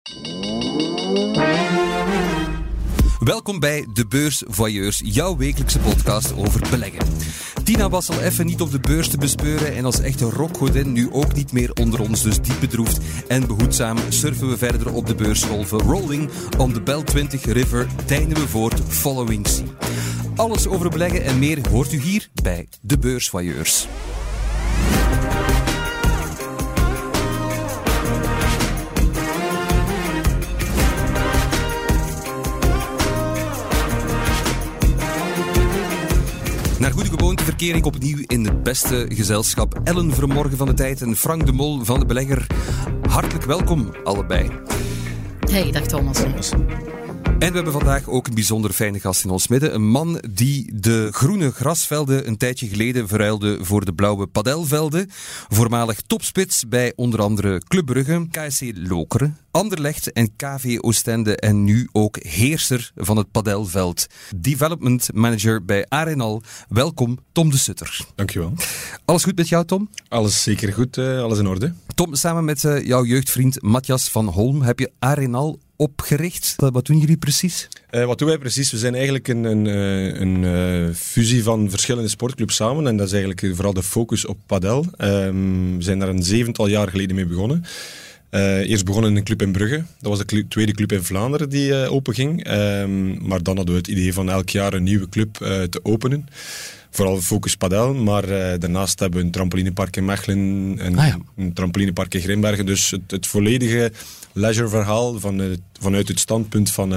Welkom bij De Beursvoyeurs, jouw wekelijkse podcast over beleggen. Tina was al even niet op de beurs te bespeuren en als echte rockgodin nu ook niet meer onder ons, dus diep bedroefd en behoedzaam surfen we verder op de beursgolven. Rolling on the Bell 20 River deinen we voort, following sea. Alles over beleggen en meer hoort u hier bij De Beursvoyeurs. Naar goede gewoonte verkeer ik opnieuw in het beste gezelschap. Ellen Vermorgen van de Tijd en Frank de Mol van de Belegger. Hartelijk welkom, allebei. Hey, dag Thomas. En we hebben vandaag ook een bijzonder fijne gast in ons midden. Een man die de groene grasvelden een tijdje geleden verruilde voor de blauwe padelvelden. Voormalig topspits bij onder andere Club Brugge, KSC Lokeren, Anderlecht en KV Oostende en nu ook heerser van het padelveld. Development Manager bij Arenal. Welkom, Tom de Sutter. Dankjewel. Alles goed met jou, Tom? Alles zeker goed, alles in orde. Tom, samen met jouw jeugdvriend Matthias van Holm heb je Arenal opgericht. Wat doen jullie precies? Wat doen wij precies? We zijn eigenlijk een fusie van verschillende sportclubs samen en dat is eigenlijk vooral de focus op padel. We zijn daar een 7-tal jaar geleden mee begonnen. Eerst begonnen in een club in Brugge. Dat was de tweede club in Vlaanderen die openging. Maar dan hadden we het idee van elk jaar een nieuwe club te openen. Vooral focus padel, maar daarnaast hebben we een trampolinepark in Mechelen en een trampolinepark in Grimbergen. Dus het volledige leisureverhaal vanuit het standpunt van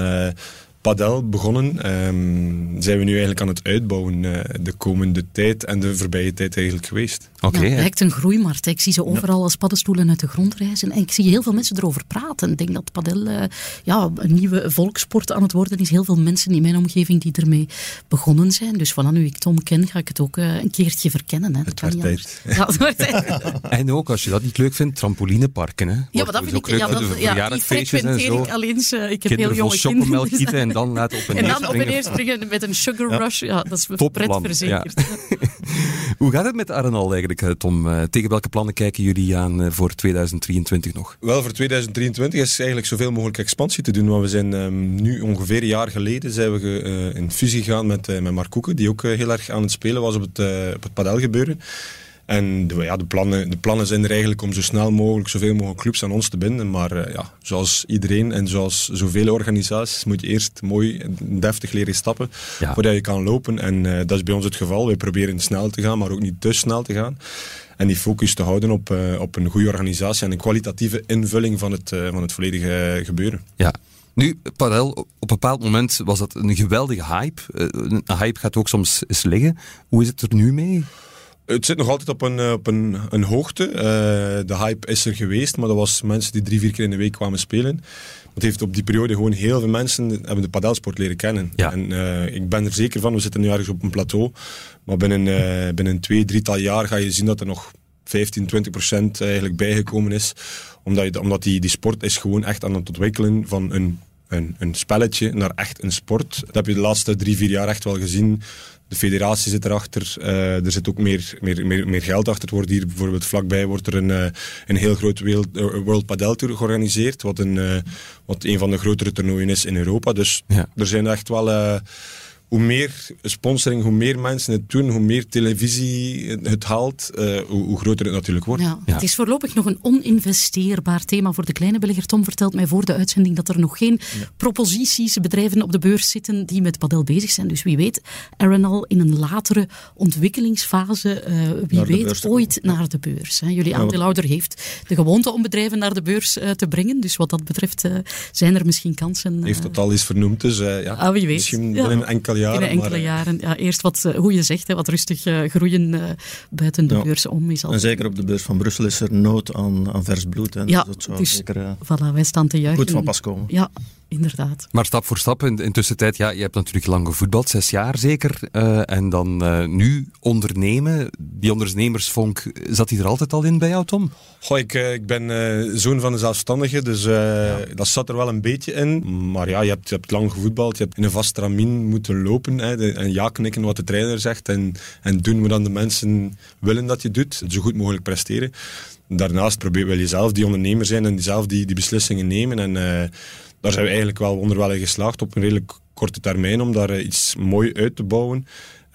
padel begonnen, zijn we nu eigenlijk aan het uitbouwen de komende tijd en de voorbije tijd eigenlijk geweest. Okay, ja, echt een groeimarkt. Ik zie ze overal als paddenstoelen uit de grond reizen en ik zie heel veel mensen erover praten. Ik denk dat padel een nieuwe volkssport aan het worden is. Heel veel mensen in mijn omgeving die ermee begonnen zijn. Dus vanaf nu ik Tom ken, ga ik het ook een keertje verkennen. Hè. Het werd tijd. Ja, het wordt tijd. En ook, als je dat niet leuk vindt, trampolineparken. Hè? Ja, maar dat vind ik... Die frequenteer ik alleen. Ik heb heel jonge chocomel gieten en dan laten op en dan op en neer springen met een sugar rush. Ja, dat is pret verzekerd. Ja. Hoe gaat het met Arenal eigenlijk, Tom? Tegen welke plannen kijken jullie aan voor 2023 nog? Wel, voor 2023 is eigenlijk zoveel mogelijk expansie te doen. Want we zijn nu ongeveer een jaar geleden zijn we in fusie gegaan met Mark Koeken, die ook heel erg aan het spelen was op het padelgebeuren. En de plannen zijn er eigenlijk om zo snel mogelijk zoveel mogelijk clubs aan ons te binden. Maar zoals iedereen en zoals zoveel organisaties moet je eerst mooi deftig leren stappen voordat je kan lopen. En dat is bij ons het geval. Wij proberen snel te gaan, maar ook niet te snel te gaan. En die focus te houden op een goede organisatie en een kwalitatieve invulling van het volledige gebeuren. Ja. Nu, padel, op een bepaald moment was dat een geweldige hype. Een hype gaat ook soms eens liggen. Hoe is het er nu mee? Het zit nog altijd op een hoogte. De hype is er geweest, maar dat was mensen die 3-4 keer in de week kwamen spelen. Dat heeft op die periode gewoon heel veel mensen hebben de padelsport leren kennen. Ja. En ik ben er zeker van, we zitten nu ergens op een plateau, maar binnen 2-3 jaar ga je zien dat er nog 15-20% eigenlijk bijgekomen is. Omdat die sport is gewoon echt aan het ontwikkelen van een spelletje naar echt een sport. Dat heb je de laatste 3-4 jaar echt wel gezien. De federatie zit erachter, er zit ook meer geld achter. Het wordt hier bijvoorbeeld vlakbij een heel groot World Padel Tour georganiseerd, wat een van de grotere toernooien is in Europa. Dus er zijn echt wel... Hoe meer sponsoring, hoe meer mensen het doen, hoe meer televisie het haalt, hoe groter het natuurlijk wordt. Ja, het is voorlopig nog een oninvesteerbaar thema voor de kleine belegger. Tom vertelt mij voor de uitzending dat er nog geen proposities, bedrijven op de beurs zitten die met padel bezig zijn. Dus wie weet, Arenal in een latere ontwikkelingsfase, ooit naar de beurs. Jullie aandeelhouder heeft de gewoonte om bedrijven naar de beurs te brengen. Dus wat dat betreft zijn er misschien kansen. Heeft dat al eens vernoemd, dus wie weet. Misschien binnen enkele jaren. Ja, eerst hoe je zegt, wat rustig groeien buiten de beurs om. En zeker op de beurs van Brussel is er nood aan vers bloed. Hè. Ja, dus dat zou dus zeker wij staan te juichen. Goed van pas komen. Ja, inderdaad. Maar stap voor stap, in tussentijd, je hebt natuurlijk lang gevoetbald, 6 jaar zeker. En dan nu ondernemen. Die ondernemersvonk, zat die er altijd al in bij jou, Tom? Goh, ik ben zoon van een zelfstandige, dus dat zat er wel een beetje in. Maar je hebt lang gevoetbald, je hebt in een vast stramien moeten lopen, en ja knikken wat de trainer zegt en doen wat dan de mensen willen dat je doet, zo goed mogelijk presteren. Daarnaast wil je zelf die ondernemer zijn en zelf die beslissingen nemen en daar zijn we eigenlijk wel wonderwel geslaagd op een redelijk korte termijn om daar iets mooi uit te bouwen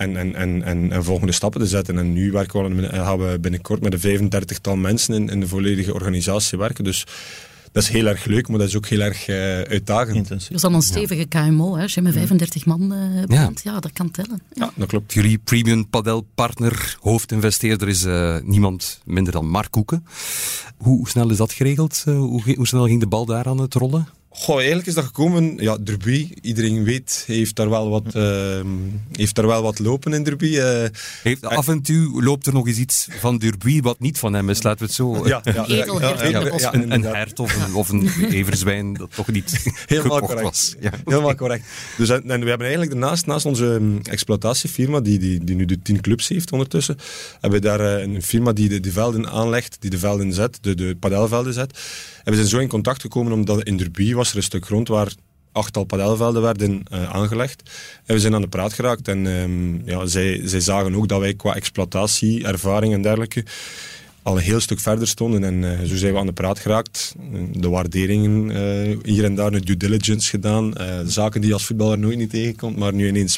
en volgende stappen te zetten. En nu gaan we binnenkort met een 35-tal mensen in de volledige organisatie werken. Dus dat is heel erg leuk, maar dat is ook heel erg uitdagend. Intensief. Dat is dan een stevige KMO, hè. Als je met 35 man bent, dat kan tellen. Ja, dat klopt. Jullie premium padelpartner, hoofdinvesteerder is niemand minder dan Mark Koeken. Hoe snel is dat geregeld? Hoe snel ging de bal daar aan het rollen? Eigenlijk is dat gekomen, Derby, iedereen weet, heeft daar wel wat lopen in Derby. Af en toe loopt er nog eens iets van Derby wat niet van hem is, laten we het zo... Een hert of een everzwijn dat toch niet gekocht was. Ja. Helemaal correct. Dus, en we hebben eigenlijk naast onze exploitatiefirma, die nu de 10 clubs heeft ondertussen, hebben we daar een firma die de velden aanlegt, die de velden zet, de padelvelden zet. En we zijn zo in contact gekomen omdat in Derby was er een stuk grond waar 8-tal padelvelden werden aangelegd. En we zijn aan de praat geraakt. En zij zagen ook dat wij qua exploitatie, ervaring en dergelijke al een heel stuk verder stonden. En zo zijn we aan de praat geraakt. De waarderingen hier en daar, een due diligence gedaan. Zaken die je als voetballer nooit niet tegenkomt, maar nu ineens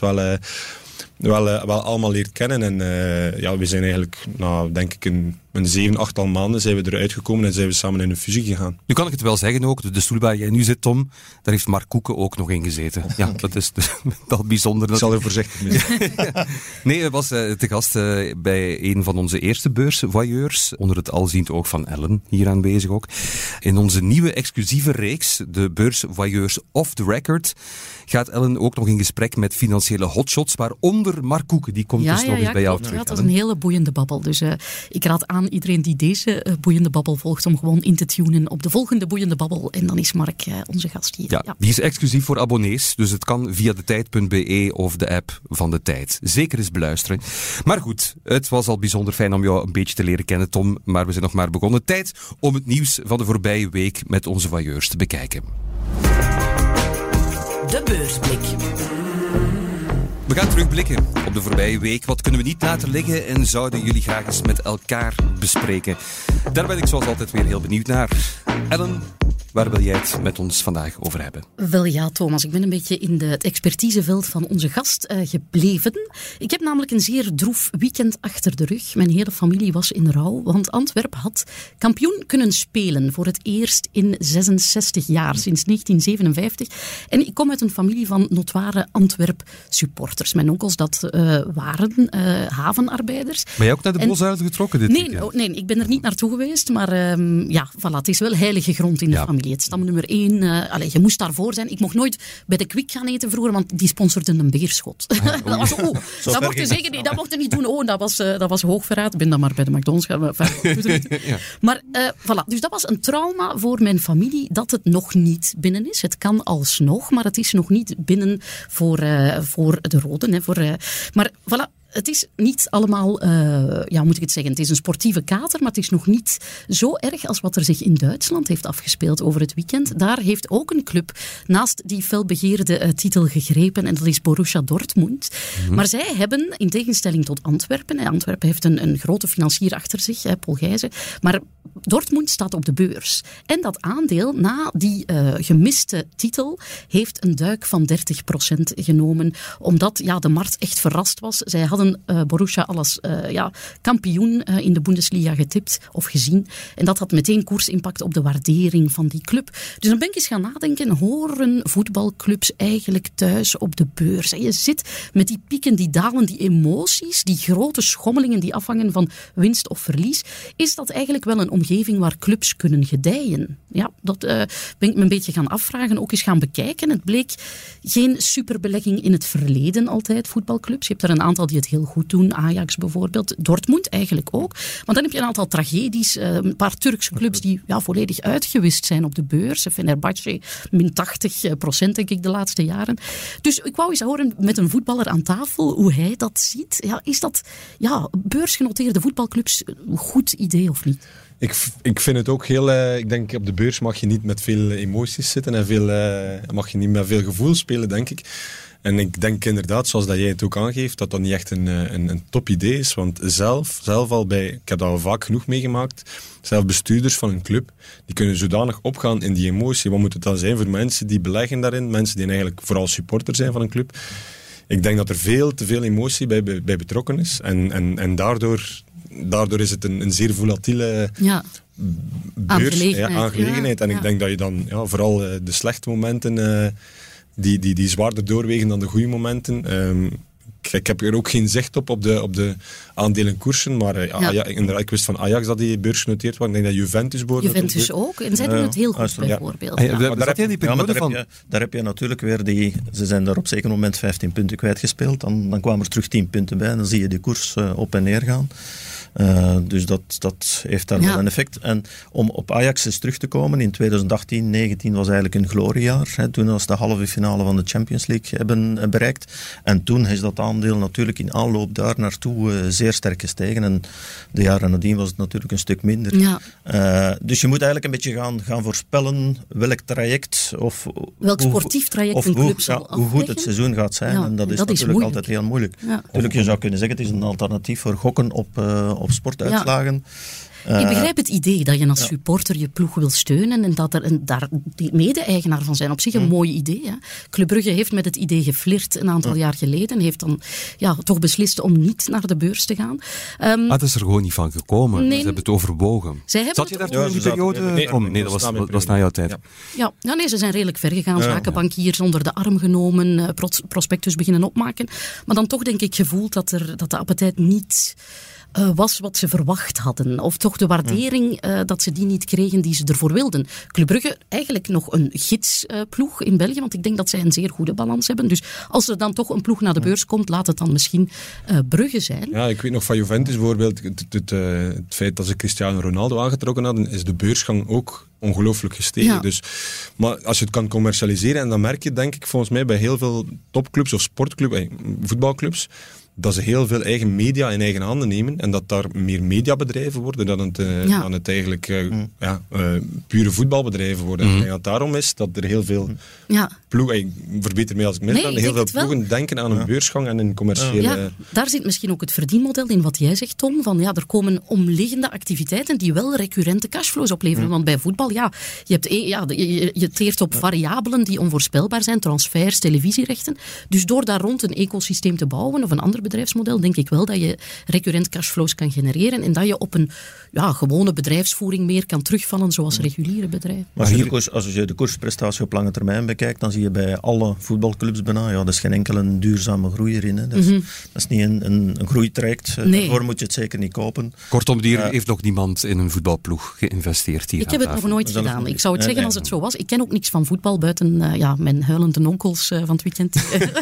wel allemaal leert kennen. En we zijn eigenlijk, denk ik, een 7-8 maanden zijn we eruit gekomen en zijn we samen in een fusie gegaan. Nu kan ik het wel zeggen ook, de stoel waar jij nu zit, Tom, daar heeft Mark Koeken ook nog in gezeten. Ja, dat is wel bijzonder. Ik zal er voorzichtig mee zijn. Nee, hij was te gast bij een van onze eerste beursvoyeurs, onder het alziend oog van Ellen, hier aanwezig ook. In onze nieuwe exclusieve reeks, de beursvoyeurs off the record, gaat Ellen ook nog in gesprek met financiële hotshots, waaronder Mark Koeken. Die komt dus nog eens bij jou terug. Ja, dat is een hele boeiende babbel. Dus ik raad aan iedereen die deze boeiende babbel volgt om gewoon in te tunen op de volgende boeiende babbel. En dan is Mark onze gast hier. Ja, die is exclusief voor abonnees, dus het kan via detijds.be of de app van De Tijd. Zeker eens beluisteren. Maar goed, het was al bijzonder fijn om jou een beetje te leren kennen, Tom, maar we zijn nog maar begonnen. Tijd om het nieuws van de voorbije week met onze voyeurs te bekijken. De Beursblik. We gaan terugblikken op de voorbije week. Wat kunnen we niet laten liggen en zouden jullie graag eens met elkaar bespreken? Daar ben ik zoals altijd weer heel benieuwd naar. Ellen, waar wil jij het met ons vandaag over hebben? Wel ja, Thomas, ik ben een beetje in het expertiseveld van onze gast gebleven. Ik heb namelijk een zeer droef weekend achter de rug. Mijn hele familie was in rouw, want Antwerpen had kampioen kunnen spelen voor het eerst in 66 jaar, sinds 1957. En ik kom uit een familie van notoire Antwerp-supporters. Mijn onkels, dat waren havenarbeiders. Ben jij ook naar de Bosuil getrokken dit weekend? Nee, ik ben er niet naartoe geweest, maar voilà, het is wel heilige grond in de familie. Het stamnummer 1, je moest daarvoor zijn. Ik mocht nooit bij de Kwik gaan eten vroeger, want die sponsorden een beerschot. Dat was dat mocht je zeker niet, dat mocht je niet doen. Dat was hoogverraad. Ik ben dan maar bij de McDonald's gaan. Ja. Maar voilà, dus dat was een trauma voor mijn familie dat het nog niet binnen is. Het kan alsnog, maar het is nog niet binnen voor de Roden. Maar voilà. Het is niet allemaal, moet ik het zeggen, het is een sportieve kater, maar het is nog niet zo erg als wat er zich in Duitsland heeft afgespeeld over het weekend. Daar heeft ook een club naast die felbegeerde titel gegrepen en dat is Borussia Dortmund. Mm-hmm. Maar zij hebben, in tegenstelling tot Antwerpen, Antwerpen heeft een grote financier achter zich, Paul Gijzen, maar Dortmund staat op de beurs. En dat aandeel na die gemiste titel heeft een duik van 30% genomen, omdat de markt echt verrast was. Zij hadden Borussia als kampioen in de Bundesliga getipt of gezien. En dat had meteen koersimpact op de waardering van die club. Dus dan ben ik eens gaan nadenken, horen voetbalclubs eigenlijk thuis op de beurs? En je zit met die pieken, die dalen, die emoties, die grote schommelingen die afhangen van winst of verlies. Is dat eigenlijk wel een omgeving waar clubs kunnen gedijen? Ja, dat ben ik me een beetje gaan afvragen, ook eens gaan bekijken. Het bleek geen superbelegging in het verleden altijd, voetbalclubs. Je hebt er een aantal die het heel goed doen, Ajax bijvoorbeeld, Dortmund eigenlijk ook. Want dan heb je een aantal tragedies, een paar Turkse clubs die volledig uitgewist zijn op de beurs. Fenerbahce, min 80% denk ik de laatste jaren. Dus ik wou eens horen met een voetballer aan tafel hoe hij dat ziet. Ja, is dat beursgenoteerde voetbalclubs een goed idee of niet? Ik vind het ook heel... ik denk, op de beurs mag je niet met veel emoties zitten en mag je niet met veel gevoel spelen, denk ik. En ik denk inderdaad, zoals dat jij het ook aangeeft, dat niet echt een top idee is. Want zelf al ik heb dat al vaak genoeg meegemaakt, zelf bestuurders van een club, die kunnen zodanig opgaan in die emotie. Wat moet het dan zijn voor mensen die beleggen daarin, mensen die eigenlijk vooral supporter zijn van een club? Ik denk dat er veel te veel emotie bij betrokken is. En daardoor is het een zeer volatiele aangelegenheid. En ik denk dat je dan vooral de slechte momenten, die zwaarder doorwegen dan de goede momenten. Ik heb er ook geen zicht op de aandelenkoersen, maar inderdaad, ik wist van Ajax dat die beurs genoteerd was. Ik denk dat Juventus ook. En zij doen het heel goed, bijvoorbeeld. Daar heb je natuurlijk weer ze zijn daar op zeker moment 15 punten kwijtgespeeld. Dan kwamen er terug 10 punten bij en dan zie je die koers op en neer gaan. Dus dat heeft daar wel een effect. En om op Ajax eens terug te komen, in 2018-19 was eigenlijk een gloriejaar. Toen was de halve finale van de Champions League hebben bereikt. En toen is dat aandeel natuurlijk in aanloop daar naartoe zeer sterk gestegen. En de jaren nadien was het natuurlijk een stuk minder. Ja. Dus je moet eigenlijk een beetje gaan voorspellen welk traject welk sportief traject een club zal afleggen. Hoe goed het seizoen gaat zijn. En dat is natuurlijk moeilijk. Altijd heel moeilijk. Ja. Natuurlijk, je zou kunnen zeggen, het is een alternatief voor gokken op sportuitslagen. Ik begrijp het idee dat je als supporter je ploeg wil steunen en dat er daar mede-eigenaar van zijn. Op zich een mooi idee. Hè? Club Brugge heeft met het idee geflirt een aantal jaar geleden. Heeft dan toch beslist om niet naar de beurs te gaan. Het is er gewoon niet van gekomen. Ze hebben het overwogen. Zat je daar toen in die periode? Nee, dat was na jouw tijd. Ja, ze zijn redelijk ver gegaan. Zakenbankiers onder de arm genomen. Prospectus beginnen opmaken. Maar dan toch denk ik gevoeld dat de appetijt niet was wat ze verwacht hadden. Of toch de waardering dat ze die niet kregen die ze ervoor wilden. Club Brugge eigenlijk nog een gidsploeg in België, want ik denk dat zij een zeer goede balans hebben. Dus als er dan toch een ploeg naar de beurs komt, laat het dan misschien Brugge zijn. Ja, ik weet nog van Juventus bijvoorbeeld, het feit dat ze Cristiano Ronaldo aangetrokken hadden, is de beursgang ook ongelooflijk gestegen. Ja. Maar als je het kan commercialiseren, en dan merk je denk ik volgens mij bij heel veel topclubs of sportclubs, voetbalclubs, dat ze heel veel eigen media in eigen handen nemen en dat daar meer mediabedrijven worden dan het eigenlijk pure voetbalbedrijven worden. En ik denk dat daarom is dat er heel veel ploegen, verbeter mij als ik mis ben, heel veel ploegen denken aan een beursgang en een commerciële... Ja, daar zit misschien ook het verdienmodel in wat jij zegt, Tom, van er komen omliggende activiteiten die wel recurrente cashflows opleveren. Want bij voetbal, je teert op variabelen die onvoorspelbaar zijn, transfers, televisierechten. Dus door daar rond een ecosysteem te bouwen of een ander bedrijfsmodel, denk ik wel dat je recurrent cashflows kan genereren en dat je op een gewone bedrijfsvoering meer kan terugvallen zoals reguliere bedrijven. Maar als je de koersprestatie op lange termijn bekijkt, dan zie je bij alle voetbalclubs bijna, er is geen enkele duurzame groei erin. Hè. Dat is niet een groeitraject. Daarvoor moet je het zeker niet kopen. Kortom, hier heeft nog niemand in een voetbalploeg geïnvesteerd hier. Ik heb het nog nooit gedaan. Ik zou het zeggen als het zo was. Ik ken ook niks van voetbal buiten mijn huilende onkels van het weekend.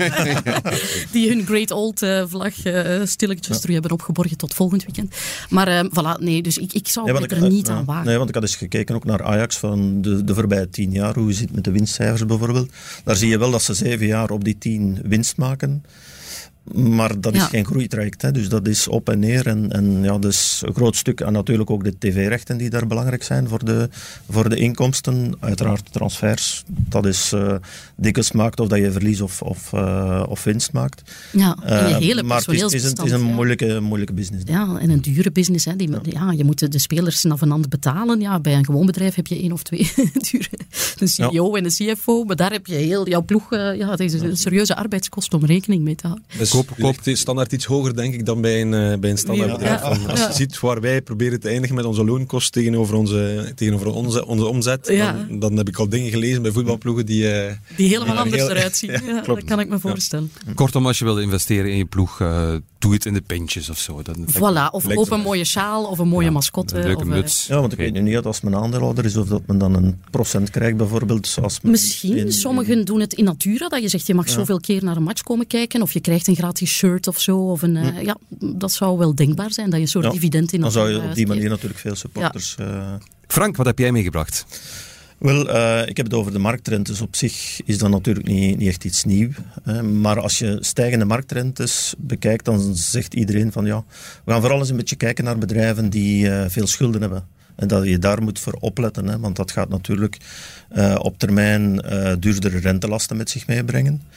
Die hun Great Old vlag stilletjes terug hebben opgeborgen tot volgend weekend. Maar dus ik zou het er niet aan wagen. Nee, want ik had eens gekeken ook naar Ajax van de voorbije 10 jaar, hoe zit het met de winstcijfers bijvoorbeeld. Daar zie je wel dat ze 7 jaar op die 10 winst maken. Maar dat is geen groeitraject, hè. Dus dat is op en neer. En dat is een groot stuk. En natuurlijk ook de tv-rechten die daar belangrijk zijn voor de inkomsten. Uiteraard transfers. Dat is dikwijls maakt of dat je verlies of winst maakt. Ja, en je hele maar het is een moeilijke business. Ja, en een dure business. Hè. Je moet de spelers navenant betalen. Ja, bij een gewoon bedrijf heb je 1 of 2 dure. Een CEO en een CFO. Maar daar heb je heel jouw ploeg. Het is een serieuze arbeidskost om rekening mee te houden. Koop standaard iets hoger, denk ik, dan bij een standaard bedrijf. Als je ziet waar wij proberen te eindigen met onze loonkost tegenover onze omzet, dan heb ik al dingen gelezen bij voetbalploegen die helemaal anders eruit zien. Ja, dat kan ik me voorstellen. Kortom, als je wil investeren in je ploeg, doe het in de pintjes of zo. Of koop een mooie sjaal of een mooie mascotte. Een leuke muts. Ja, want ik weet nu niet als men aandeelhouder is of dat men dan een procent krijgt bijvoorbeeld. Misschien. Sommigen doen het in natura, dat je zegt je mag zoveel keer naar een match komen kijken of je krijgt een gratis shirt of zo. Of dat zou wel denkbaar zijn, dat je een soort dividend in. Dan zou je op die manier natuurlijk veel supporters... Frank, wat heb jij meegebracht? Wel, ik heb het over de marktrentes. Op zich is dat natuurlijk niet echt iets nieuws. Maar als je stijgende marktrentes bekijkt, dan zegt iedereen van we gaan vooral eens een beetje kijken naar bedrijven die veel schulden hebben. En dat je daar moet voor opletten, hè, want dat gaat natuurlijk op termijn duurdere rentelasten met zich meebrengen.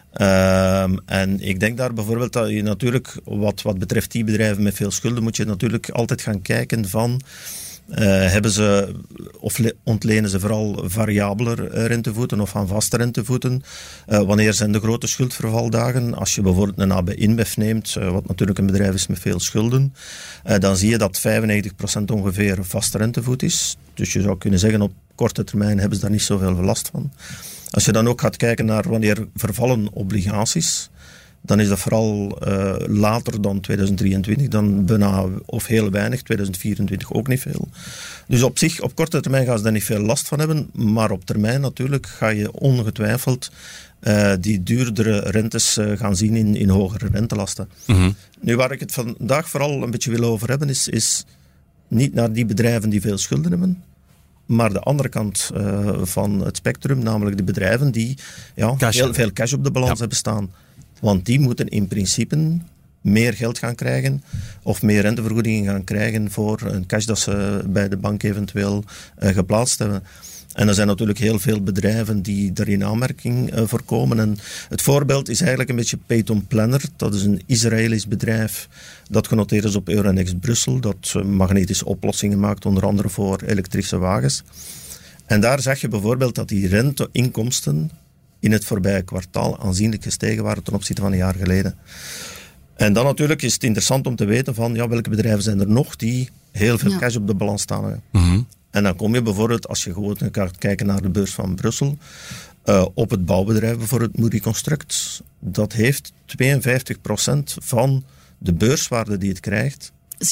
En ik denk daar bijvoorbeeld dat je natuurlijk, wat betreft die bedrijven met veel schulden, moet je natuurlijk altijd gaan kijken van, hebben ze, of ontlenen ze vooral variabeler rentevoeten of aan vaste rentevoeten? Wanneer zijn de grote schuldvervaldagen? Als je bijvoorbeeld een AB InBev neemt, wat natuurlijk een bedrijf is met veel schulden, dan zie je dat 95% ongeveer vaste rentevoet is. Dus je zou kunnen zeggen, op korte termijn hebben ze daar niet zoveel last van. Als je dan ook gaat kijken naar wanneer vervallen obligaties, dan is dat vooral later dan 2023, dan bijna of heel weinig, 2024 ook niet veel. Dus op zich, op korte termijn gaan ze daar niet veel last van hebben, maar op termijn natuurlijk ga je ongetwijfeld die duurdere rentes gaan zien in hogere rentelasten. Mm-hmm. Nu, waar ik het vandaag vooral een beetje wil over hebben, is niet naar die bedrijven die veel schulden hebben, maar de andere kant van het spectrum, namelijk de bedrijven die heel veel cash op de balans hebben staan. Want die moeten in principe meer geld gaan krijgen of meer rentevergoedingen gaan krijgen voor een cash dat ze bij de bank eventueel geplaatst hebben. En er zijn natuurlijk heel veel bedrijven die daar in aanmerking voor komen. En het voorbeeld is eigenlijk een beetje Payton Planner. Dat is een Israëlisch bedrijf dat genoteerd is op Euronext Brussel. Dat magnetische oplossingen maakt, onder andere voor elektrische wagens. En daar zag je bijvoorbeeld dat die renteinkomsten in het voorbije kwartaal aanzienlijk gestegen waren ten opzichte van een jaar geleden. En dan natuurlijk is het interessant om te weten van welke bedrijven zijn er nog die heel veel cash op de balans staan. Mm-hmm. En dan kom je bijvoorbeeld, als je gewoon gaat kijken naar de beurs van Brussel, op het bouwbedrijf bijvoorbeeld Moody Construct. Dat heeft 52% van de beurswaarde die het krijgt,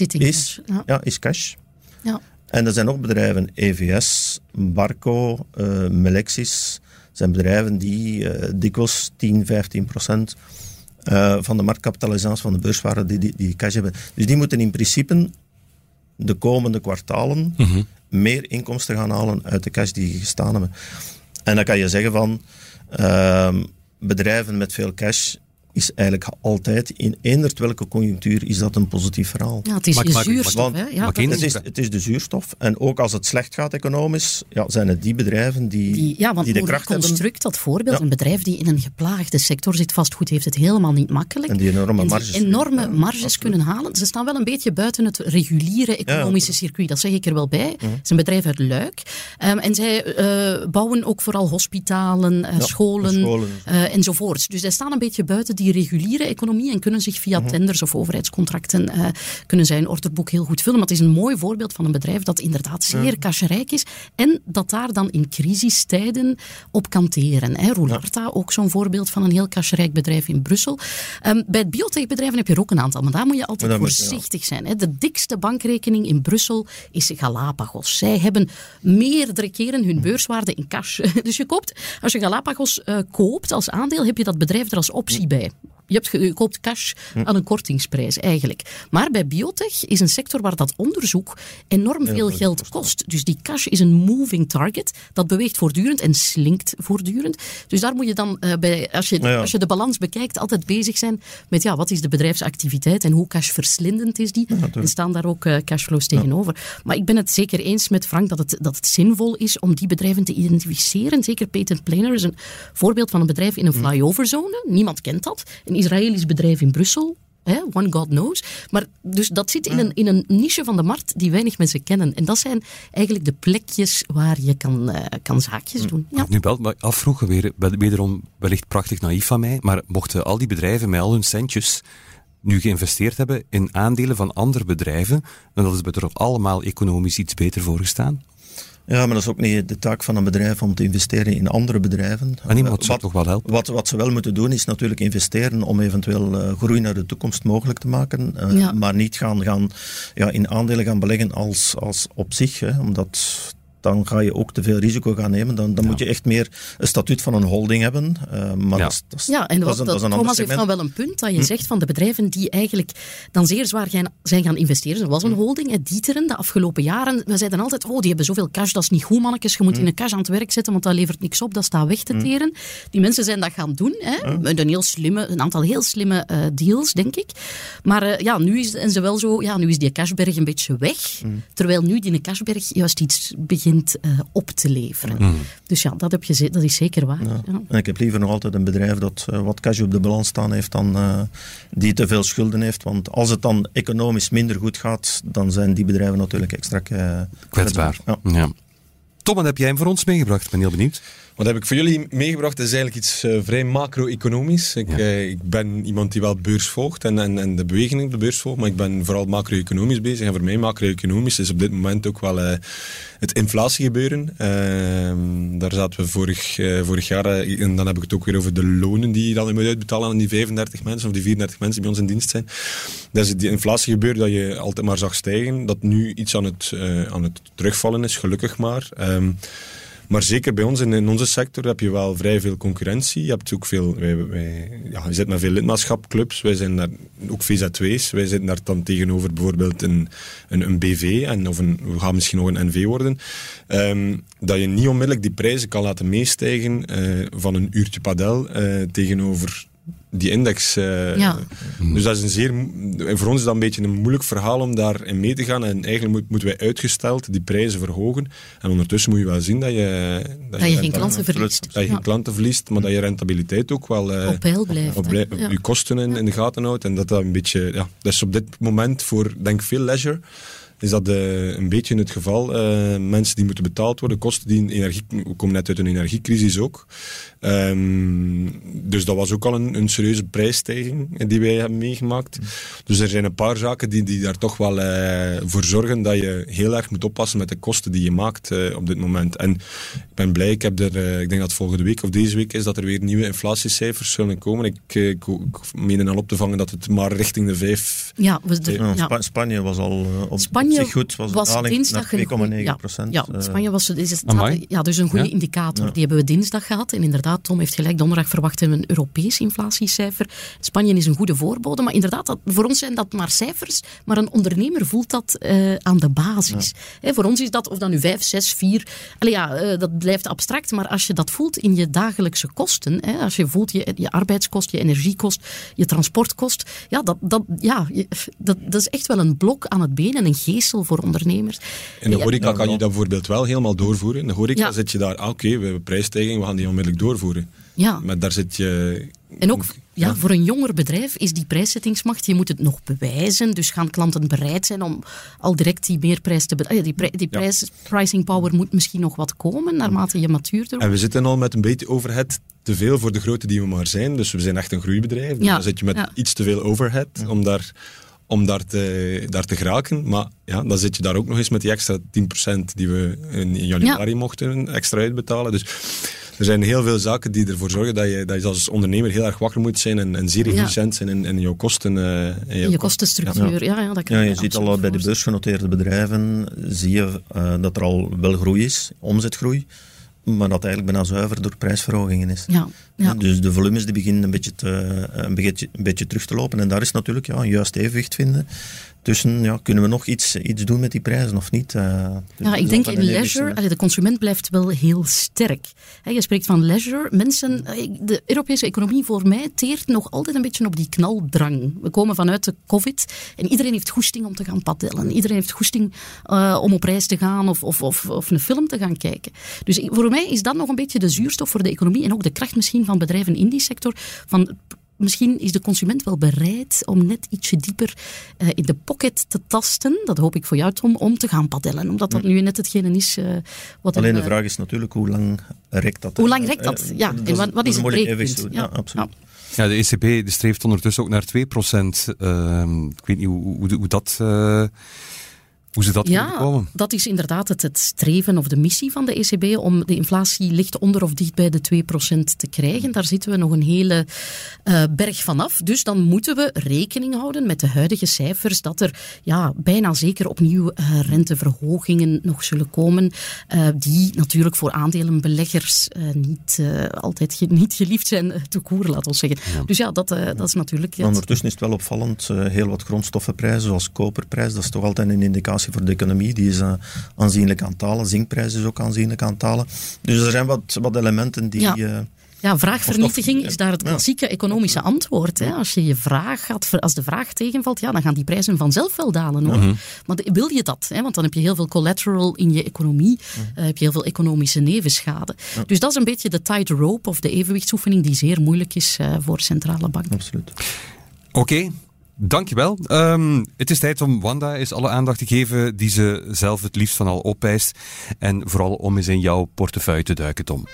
is cash. Ja. En er zijn ook bedrijven, EVS, Barco, Melexis, zijn bedrijven die dikwijls 10-15% van de marktkapitalisatie van de beurswaarde die cash hebben. Dus die moeten in principe de komende kwartalen meer inkomsten gaan halen uit de cash die gestaan hebben. En dan kan je zeggen van bedrijven met veel cash is eigenlijk altijd, in eenderd welke conjunctuur, is dat een positief verhaal. Ja, het is de zuurstof. Het is de zuurstof. En ook als het slecht gaat economisch, zijn het die bedrijven die de kracht hebben. Construct, dat voorbeeld, een bedrijf die in een geplaagde sector zit, vastgoed heeft het helemaal niet makkelijk. En die enorme marges kunnen halen. Ze staan wel een beetje buiten het reguliere economische circuit, dat zeg ik er wel bij. Het is een bedrijf uit Luik. En zij bouwen ook vooral hospitalen, scholen enzovoort. Dus zij staan een beetje buiten die reguliere economie en kunnen zich via tenders of overheidscontracten kunnen zijn orderboek heel goed vullen. Maar het is een mooi voorbeeld van een bedrijf dat inderdaad zeer cashrijk is en dat daar dan in crisistijden op kan teren. Roularta, ook zo'n voorbeeld van een heel cashrijk bedrijf in Brussel. Bij het biotechbedrijven heb je er ook een aantal, maar daar moet je altijd voorzichtig zijn. De dikste bankrekening in Brussel is Galapagos. Zij hebben meerdere keren hun beurswaarde in cash. Dus als je Galapagos koopt als aandeel, heb je dat bedrijf er als optie bij. Je koopt cash aan een kortingsprijs eigenlijk. Maar bij biotech is een sector waar dat onderzoek enorm veel geld kost. Dus die cash is een moving target. Dat beweegt voortdurend en slinkt voortdurend. Dus daar moet je dan, als je de balans bekijkt, altijd bezig zijn met wat is de bedrijfsactiviteit en hoe cashverslindend is die. En staan daar ook cashflows tegenover. Maar ik ben het zeker eens met Frank dat het zinvol is om die bedrijven te identificeren. Zeker Payton Planner is een voorbeeld van een bedrijf in een flyoverzone. Niemand kent dat. Een Israëlisch bedrijf in Brussel. One God knows. Maar dus dat zit in een niche van de markt die weinig mensen kennen. En dat zijn eigenlijk de plekjes waar je kan zaakjes doen. Ja. Nu wel, maar afvroegen, wederom wellicht prachtig naïef van mij, maar mochten al die bedrijven met al hun centjes nu geïnvesteerd hebben in aandelen van andere bedrijven, dan dat is het er allemaal economisch iets beter voor gestaan? Ja, maar dat is ook niet de taak van een bedrijf om te investeren in andere bedrijven. Maar niemand zou toch wel helpen? Wat ze wel moeten doen is natuurlijk investeren om eventueel groei naar de toekomst mogelijk te maken. Maar niet gaan in aandelen gaan beleggen als op zich. Omdat dan ga je ook te veel risico gaan nemen. Dan moet je echt meer een statuut van een holding hebben. Maar dat is een ander Thomas heeft dan wel een punt dat je zegt van de bedrijven die eigenlijk dan zeer zwaar zijn gaan investeren. Er was een holding, D'Ieteren, de afgelopen jaren. We zeiden altijd, die hebben zoveel cash, dat is niet goed, mannetjes. Je moet in een cash aan het werk zetten, want dat levert niks op, dat staat weg te teren. Die mensen zijn dat gaan doen. Met een aantal heel slimme deals, denk ik. Maar nu is die cashberg een beetje weg. Terwijl nu die cashberg juist iets begint denkt op te leveren. Dus ja, dat is zeker waar. Ja. Ja. En ik heb liever nog altijd een bedrijf dat wat cash op de balans staan heeft dan die te veel schulden heeft. Want als het dan economisch minder goed gaat, dan zijn die bedrijven natuurlijk extra kwetsbaar. Ja. Tom, wat heb jij hem voor ons meegebracht? Ik ben heel benieuwd. Wat heb ik voor jullie meegebracht is eigenlijk iets vrij macro-economisch. Ik ben iemand die wel beurs volgt en de beweging op de beurs volgt, maar ik ben vooral macro-economisch bezig. En voor mij macro-economisch is op dit moment ook wel het inflatiegebeuren. Daar zaten we vorig jaar, en dan heb ik het ook weer over de lonen die je dan moet uitbetalen aan die 35 mensen of die 34 mensen die bij ons in dienst zijn. Dat is die inflatiegebeuren dat je altijd maar zag stijgen, dat nu iets aan het terugvallen is, gelukkig maar. Maar zeker bij ons in onze sector heb je wel vrij veel concurrentie. Je hebt ook veel, je zit met veel lidmaatschapclubs. Wij zijn daar ook VZ2's. Wij zitten daar dan tegenover bijvoorbeeld een BV we gaan misschien nog een NV worden. Dat je niet onmiddellijk die prijzen kan laten meestijgen van een uurtje padel tegenover die index. Dus dat is voor ons is dat een beetje een moeilijk verhaal om daarin mee te gaan. En eigenlijk moeten wij uitgesteld die prijzen verhogen. En ondertussen moet je wel zien dat je geen klanten verliest. Dat je geen klanten verliest, maar dat je rentabiliteit ook wel op peil blijft. Je kosten in de gaten houdt. En dat een beetje, dat is op dit moment voor, denk veel leisure, is dat een beetje het geval. Mensen die moeten betaald worden, kosten die we komen net uit een energiecrisis ook. Dus dat was ook al een serieuze prijsstijging die wij hebben meegemaakt. Dus er zijn een paar zaken die daar toch wel voor zorgen dat je heel erg moet oppassen met de kosten die je maakt op dit moment. En ik ben blij, ik denk dat volgende week of deze week is dat er weer nieuwe inflatiecijfers zullen komen. Ik meen al op te vangen dat het maar richting de 5... Spanje was al op Spanje zich goed, was dinsdag naar 2,9%. Ja, Spanje was dus een goede indicator. Die hebben we dinsdag gehad. En inderdaad, Tom heeft gelijk, donderdag verwachten we een Europees inflatiecijfer. Spanje is een goede voorbode, maar inderdaad, voor ons zijn dat maar cijfers, maar een ondernemer voelt dat aan de basis. Ja. Voor ons is dat, of dat nu 5, 6, 4, dat blijft abstract, maar als je dat voelt in je dagelijkse kosten, als je voelt je arbeidskost, je energiekost, je transportkost, dat is echt wel een blok aan het been en een geestel voor ondernemers. In de horeca kan je dat bijvoorbeeld wel helemaal doorvoeren. In de horeca zit je daar, we hebben prijsstijging, we gaan die onmiddellijk doorvoeren. Ja. Maar daar zit je... En ook voor een jonger bedrijf is die prijszettingsmacht, je moet het nog bewijzen, dus gaan klanten bereid zijn om al direct die meerprijs te betalen. Die pricing power moet misschien nog wat komen, naarmate je matuurder wordt. En we zitten al met een beetje overhead te veel voor de grootte die we maar zijn, dus we zijn echt een groeibedrijf. Dus dan zit je met iets te veel overhead om daar te geraken. Maar dan zit je daar ook nog eens met die extra 10% die we in januari mochten extra uitbetalen. Dus er zijn heel veel zaken die ervoor zorgen dat je als ondernemer heel erg wakker moet zijn en zeer efficiënt zijn in jouw kosten. In je kostenstructuur, dat kan je ziet al bij de beursgenoteerde bedrijven, zie je dat er al wel groei is, omzetgroei, maar dat eigenlijk bijna zuiver door prijsverhogingen is. Ja. Dus de volumes die beginnen een beetje terug te lopen. En daar is natuurlijk een juist evenwicht vinden tussen, kunnen we nog iets doen met die prijzen of niet? Ik denk in leisure, de consument blijft wel heel sterk. Je spreekt van leisure. Mensen, de Europese economie voor mij teert nog altijd een beetje op die knaldrang. We komen vanuit de COVID en iedereen heeft goesting om te gaan padellen. Iedereen heeft goesting om op reis te gaan of een film te gaan kijken. Dus voor mij is dat nog een beetje de zuurstof voor de economie en ook de kracht misschien van bedrijven in die sector. Misschien is de consument wel bereid om net ietsje dieper in de pocket te tasten. Dat hoop ik voor jou, Tom, om te gaan padellen. Omdat dat nu net hetgene is wat... Alleen de vraag is natuurlijk, hoe lang rekt dat? Hoe lang rekt dat? En wat is het breekpunt? Ja, absoluut. Ja, de ECB streeft ondertussen ook naar 2%. Ik weet niet hoe dat... Hoe ze dat kunnen komen? Dat is inderdaad het streven of de missie van de ECB om de inflatie licht onder of dicht bij de 2% te krijgen. Daar zitten we nog een hele berg vanaf. Dus dan moeten we rekening houden met de huidige cijfers dat er bijna zeker opnieuw renteverhogingen nog zullen komen, die natuurlijk voor aandelenbeleggers niet geliefd zijn te koer, laten we zeggen. Ja. Dus dat is natuurlijk... Ondertussen is het wel opvallend, heel wat grondstoffenprijzen, zoals koperprijs, dat is toch altijd een indicatie voor de economie, die is aanzienlijk aan het dalen. Zinkprijs is ook aanzienlijk aan het dalen. Dus er zijn wat elementen die... Ja, vraagvernietiging is daar het klassieke economische antwoord. Hè. Als de vraag tegenvalt, dan gaan die prijzen vanzelf wel dalen. Hoor. Maar wil je dat? Hè? Want dan heb je heel veel collateral in je economie. Heb je heel veel economische nevenschade. Dus dat is een beetje de tightrope of de evenwichtsoefening die zeer moeilijk is voor centrale banken. Absoluut. Oké. Dankjewel. Het is tijd om Wanda eens alle aandacht te geven die ze zelf het liefst van al opeist. En vooral om eens in jouw portefeuille te duiken, Tom.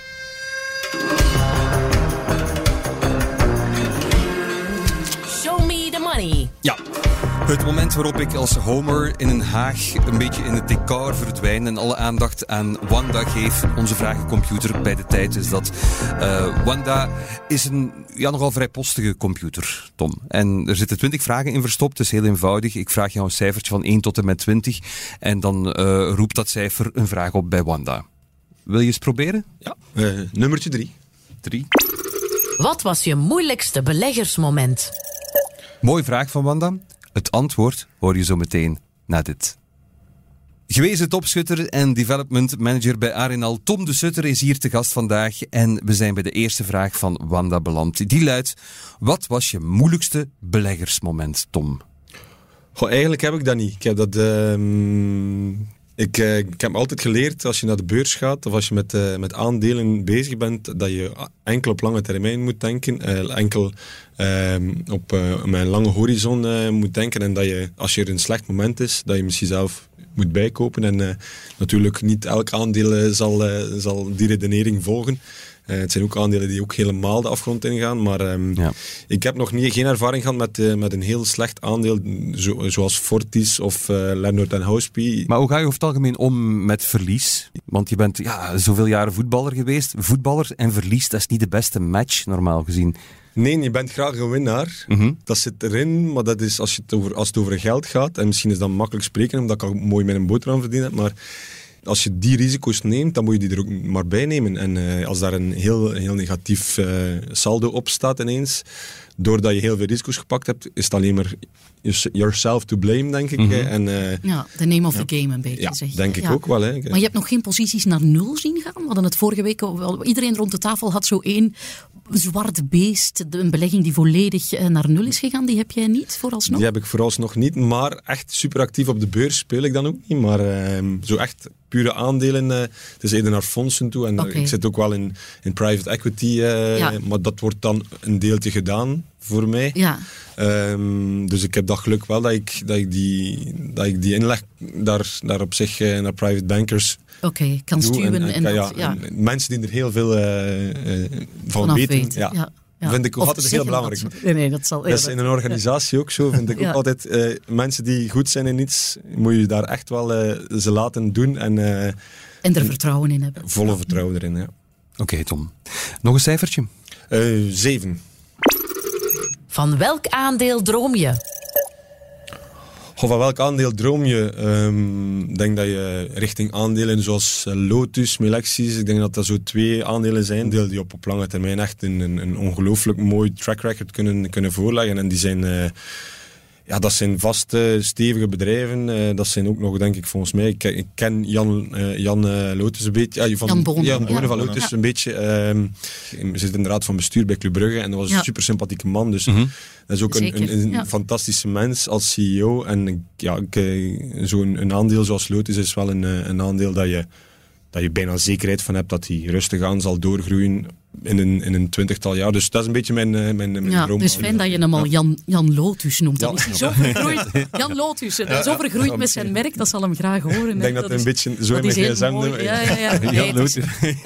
Show me the money. Ja. Het moment waarop ik als Homer in een haag een beetje in het decor verdwijn en alle aandacht aan Wanda geef, onze vragencomputer bij de tijd, is dat Wanda is een nogal vrijpostige computer, Tom. En er zitten 20 vragen in verstopt, het is heel eenvoudig. Ik vraag jou een cijfertje van 1 tot en met 20 en dan roept dat cijfer een vraag op bij Wanda. Wil je eens proberen? Ja, nummertje 3. 3. Wat was je moeilijkste beleggersmoment? Mooie vraag van Wanda. Het antwoord hoor je zo meteen na dit. Gewezen topschutter en development manager bij Arenal, Tom de Sutter, is hier te gast vandaag. En we zijn bij de eerste vraag van Wanda beland. Die luidt: wat was je moeilijkste beleggersmoment, Tom? Eigenlijk heb ik dat niet. Ik heb dat... Ik heb altijd geleerd, als je naar de beurs gaat of als je met aandelen bezig bent, dat je enkel op lange termijn moet denken, enkel op een lange horizon moet denken en dat je, als er een slecht moment is, dat je misschien zelf moet bijkopen. En natuurlijk niet elk aandeel zal die redenering volgen. Het zijn ook aandelen die ook helemaal de afgrond ingaan. Maar ik heb nog geen ervaring gehad met een heel slecht aandeel, zoals Fortis of Lernert & Houspie. Maar hoe ga je over het algemeen om met verlies? Want je bent zoveel jaren voetballer geweest. Voetballer en verlies, dat is niet de beste match, normaal gezien. Nee, je bent graag een winnaar. Mm-hmm. Dat zit erin, maar dat is als het over geld gaat. En misschien is dat makkelijk spreken, omdat ik al mooi met een boterham verdiend heb. Maar als je die risico's neemt, dan moet je die er ook maar bij nemen. En als daar een heel negatief saldo op staat ineens, doordat je heel veel risico's gepakt hebt, is het alleen maar yourself to blame, denk ik. Mm-hmm. The name of the game een beetje, zeg je. Denk ik ook wel. Hè. Maar je hebt nog geen posities naar 0 zien gaan? We hadden het vorige week, iedereen rond de tafel had zo één zwart beest, een belegging die volledig naar 0 is gegaan. Die heb jij niet vooralsnog? Die heb ik vooralsnog niet, maar echt super actief op de beurs speel ik dan ook niet. Maar zo echt pure aandelen, het is eerder naar fondsen toe. En ik zit ook wel in private equity, maar dat wordt dan een deeltje gedaan voor mij. Ja. Dus ik heb dat geluk wel dat ik die inleg daar op zich naar private bankers kan stuwen. En mensen die er heel veel van weten. Vind ik ook altijd heel belangrijk. Nee, dat is in een organisatie ook zo. Vind ik ook altijd, mensen die goed zijn in iets, moet je daar echt wel ze laten doen. En er vertrouwen in hebben. Volle vertrouwen erin, ja. Oké, Tom. Nog een cijfertje? 7. Van welk aandeel droom je? Van welk aandeel droom je? Ik denk dat je richting aandelen zoals Lotus, Melexis, ik denk dat dat zo 2 aandelen zijn die op lange termijn echt een ongelooflijk mooi track record kunnen voorleggen. En die zijn... dat zijn vaste, stevige bedrijven. Dat zijn ook nog, denk ik, volgens mij... Ik ken Jan Lotus een beetje. Jan Bonen van Lotus een beetje. Hij zit in de raad van bestuur bij Club Brugge. En dat was een super sympathieke man. Dus dat is ook een fantastische mens als CEO. En zo'n aandeel zoals Lotus is wel een aandeel dat je bijna zekerheid van hebt dat hij rustig aan zal doorgroeien in een 20-tal jaar. Dus dat is een beetje mijn droom. Het is fijn dat je hem al Jan Lotus noemt. Dan is hij zo vergroeid. Jan Lotus, zo vergroeid met zijn merk, dat zal hem graag horen. Ik denk dat hij een beetje zo in mijn gsm neemt. Jan Lotus.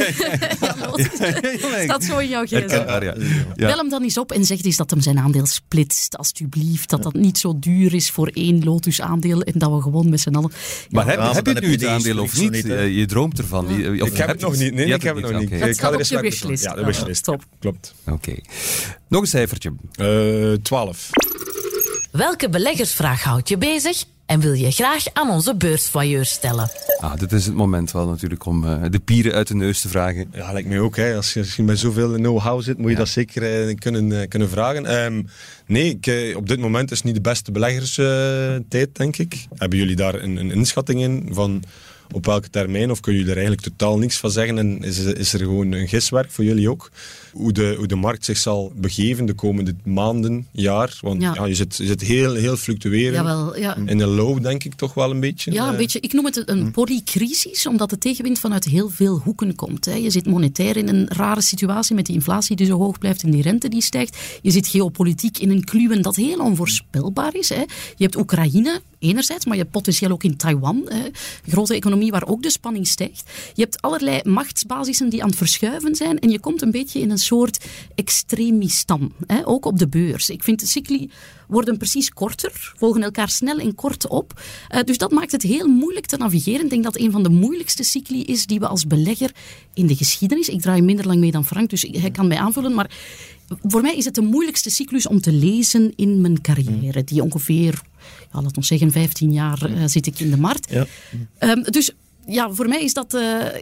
Staat zo in jouw gsm. Bel hem dan eens op en zeg eens dat hem zijn aandeel splitst, alsjeblieft. Dat niet zo duur is voor 1 Lotus aandeel en dat we gewoon met z'n allen... Maar heb je het nu het aandeel of niet? Je droomt ervan. Ik heb het nog niet. Nee, ik heb het nog niet. Het staat op je wishlist. Ja, de wishlist. Top. Klopt. Oké. Nog een cijfertje. 12. Welke beleggersvraag houdt je bezig en wil je graag aan onze beursvoyeur stellen? Dit is het moment wel natuurlijk om de pieren uit de neus te vragen. Ja, lijkt mij ook. Hè. Als je met zoveel know-how zit, moet je dat zeker kunnen vragen. Nee, op dit moment is niet de beste beleggerstijd, denk ik. Hebben jullie daar een inschatting in van op welke termijn, of kunnen jullie er eigenlijk totaal niks van zeggen en is er gewoon een giswerk voor jullie ook? Hoe de markt zich zal begeven de komende maanden, jaar, want je zit heel fluctueren. Jawel, ja. In de low denk ik toch wel een beetje. Ja, een beetje. Ik noem het een polycrisis, omdat de tegenwind vanuit heel veel hoeken komt. Je zit monetair in een rare situatie met die inflatie die zo hoog blijft en die rente die stijgt. Je zit geopolitiek in een kluwen dat heel onvoorspelbaar is. Je hebt Oekraïne enerzijds, maar je hebt potentieel ook in Taiwan, een grote economie waar ook de spanning stijgt. Je hebt allerlei machtsbasissen die aan het verschuiven zijn en je komt een beetje in een soort extremistan, ook op de beurs. Ik vind de cycli worden precies korter, volgen elkaar snel en kort op. Dus dat maakt het heel moeilijk te navigeren. Ik denk dat een van de moeilijkste cycli is die we als belegger in de geschiedenis... Ik draai minder lang mee dan Frank, dus hij kan mij aanvullen, maar voor mij is het de moeilijkste cyclus om te lezen in mijn carrière, die ongeveer, laten we zeggen, 15 jaar zit ik in de markt. Ja. Dus ja, voor mij is dat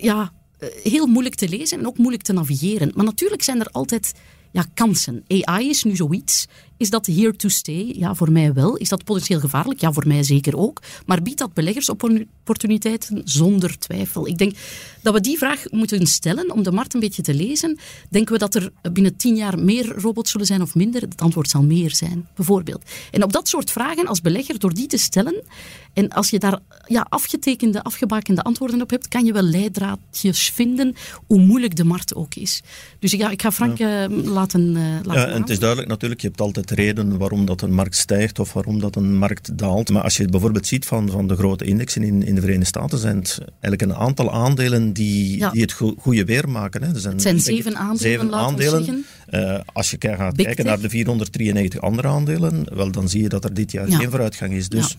heel moeilijk te lezen en ook moeilijk te navigeren. Maar natuurlijk zijn er altijd kansen. AI is nu zoiets. Is dat here to stay? Ja, voor mij wel. Is dat potentieel gevaarlijk? Ja, voor mij zeker ook. Maar biedt dat beleggersopportuniteiten? Zonder twijfel. Ik denk dat we die vraag moeten stellen om de markt een beetje te lezen. Denken we dat er binnen 10 jaar meer robots zullen zijn of minder? Het antwoord zal meer zijn, bijvoorbeeld. En op dat soort vragen als belegger, door die te stellen, en als je daar afgebakende antwoorden op hebt, kan je wel leidraadjes vinden, hoe moeilijk de markt ook is. Dus ja, ik ga Frank laten en het is duidelijk natuurlijk, je hebt altijd reden waarom dat een markt stijgt of waarom dat een markt daalt. Maar als je het bijvoorbeeld ziet van de grote indexen in de Verenigde Staten, zijn het eigenlijk een aantal aandelen die het goede weer maken. Hè. Het zijn 7 aandelen. Als je gaat kijken naar de 493 andere aandelen, wel, dan zie je dat er dit jaar geen vooruitgang is. Dus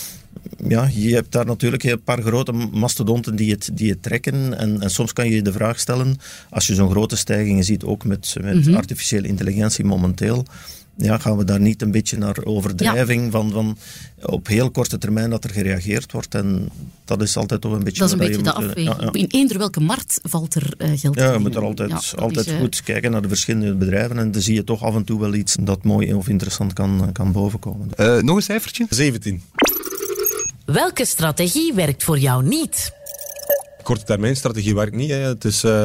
ja, je hebt daar natuurlijk een paar grote mastodonten die het trekken. En soms kan je je de vraag stellen, als je zo'n grote stijgingen ziet, ook met artificiële intelligentie momenteel, gaan we daar niet een beetje naar overdrijving van op heel korte termijn dat er gereageerd wordt. En dat is altijd toch een beetje... Dat is een beetje de afweging. In eender welke markt valt er geld in. Ja, je moet er altijd goed kijken naar de verschillende bedrijven en dan zie je toch af en toe wel iets dat mooi of interessant kan bovenkomen. Nog een cijfertje? 17. Welke strategie werkt voor jou niet? Korte termijn strategie werkt niet. Hè. Het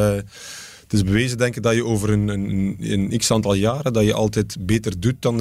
is bewezen, denk ik, dat je over een x-aantal jaren dat je altijd beter doet dan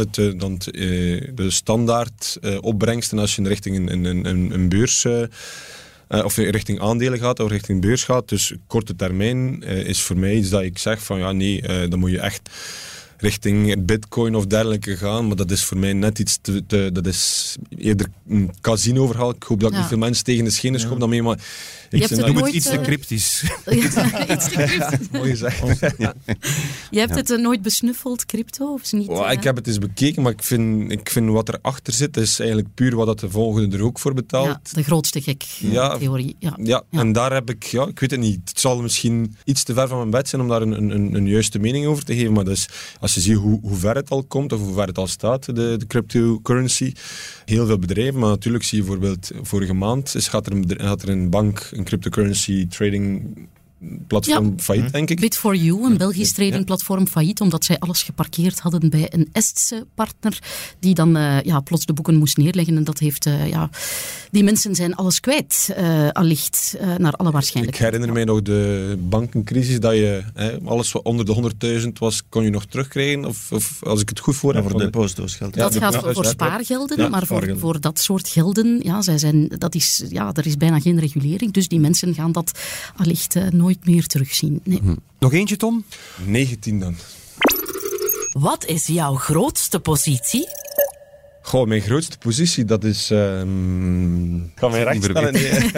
de standaard opbrengsten als je richting een beurs of richting aandelen gaat of richting beurs gaat. Dus korte termijn is voor mij iets dat ik zeg van dan moet je echt richting bitcoin of dergelijke gaan, maar dat is voor mij net iets dat is eerder een casino-verhaal. Ik hoop dat ik niet veel mensen tegen de schenen schop daarmee, maar ik noem het iets te cryptisch. Iets te cryptisch. Mooi gezegd. Je hebt het nooit besnuffeld, crypto? Of niet, ik heb het eens bekeken, maar ik vind wat erachter zit, is eigenlijk puur wat dat de volgende er ook voor betaalt. Ja, de grootste gek theorie. Ja. En daar heb ik, ik weet het niet, het zal misschien iets te ver van mijn bed zijn om daar een juiste mening over te geven, maar dus, als je ziet hoe ver het al komt, of hoe ver het al staat, de cryptocurrency, heel veel bedrijven, maar natuurlijk zie je bijvoorbeeld, vorige maand gaat er een bank, een cryptocurrency trading platform failliet, denk ik. Bit4U, een Belgisch tradingplatform, failliet, omdat zij alles geparkeerd hadden bij een Estse partner, die dan plots de boeken moest neerleggen. En dat heeft, die mensen zijn alles kwijt, allicht, naar alle waarschijnlijkheid. Ik herinner mij nog de bankencrisis, dat je alles wat onder de 100.000 was, kon je nog terugkrijgen, of als ik het goed voor heb. Voor deposito's-geld. Dat gaat voor spaargelden, maar voor dat soort gelden, er is bijna geen regulering, dus die mensen gaan dat allicht nooit meer terugzien. Nee. Nog eentje, Tom? 19 dan. Wat is jouw grootste positie? Goh, mijn grootste positie, dat is... kan mij recht stellen?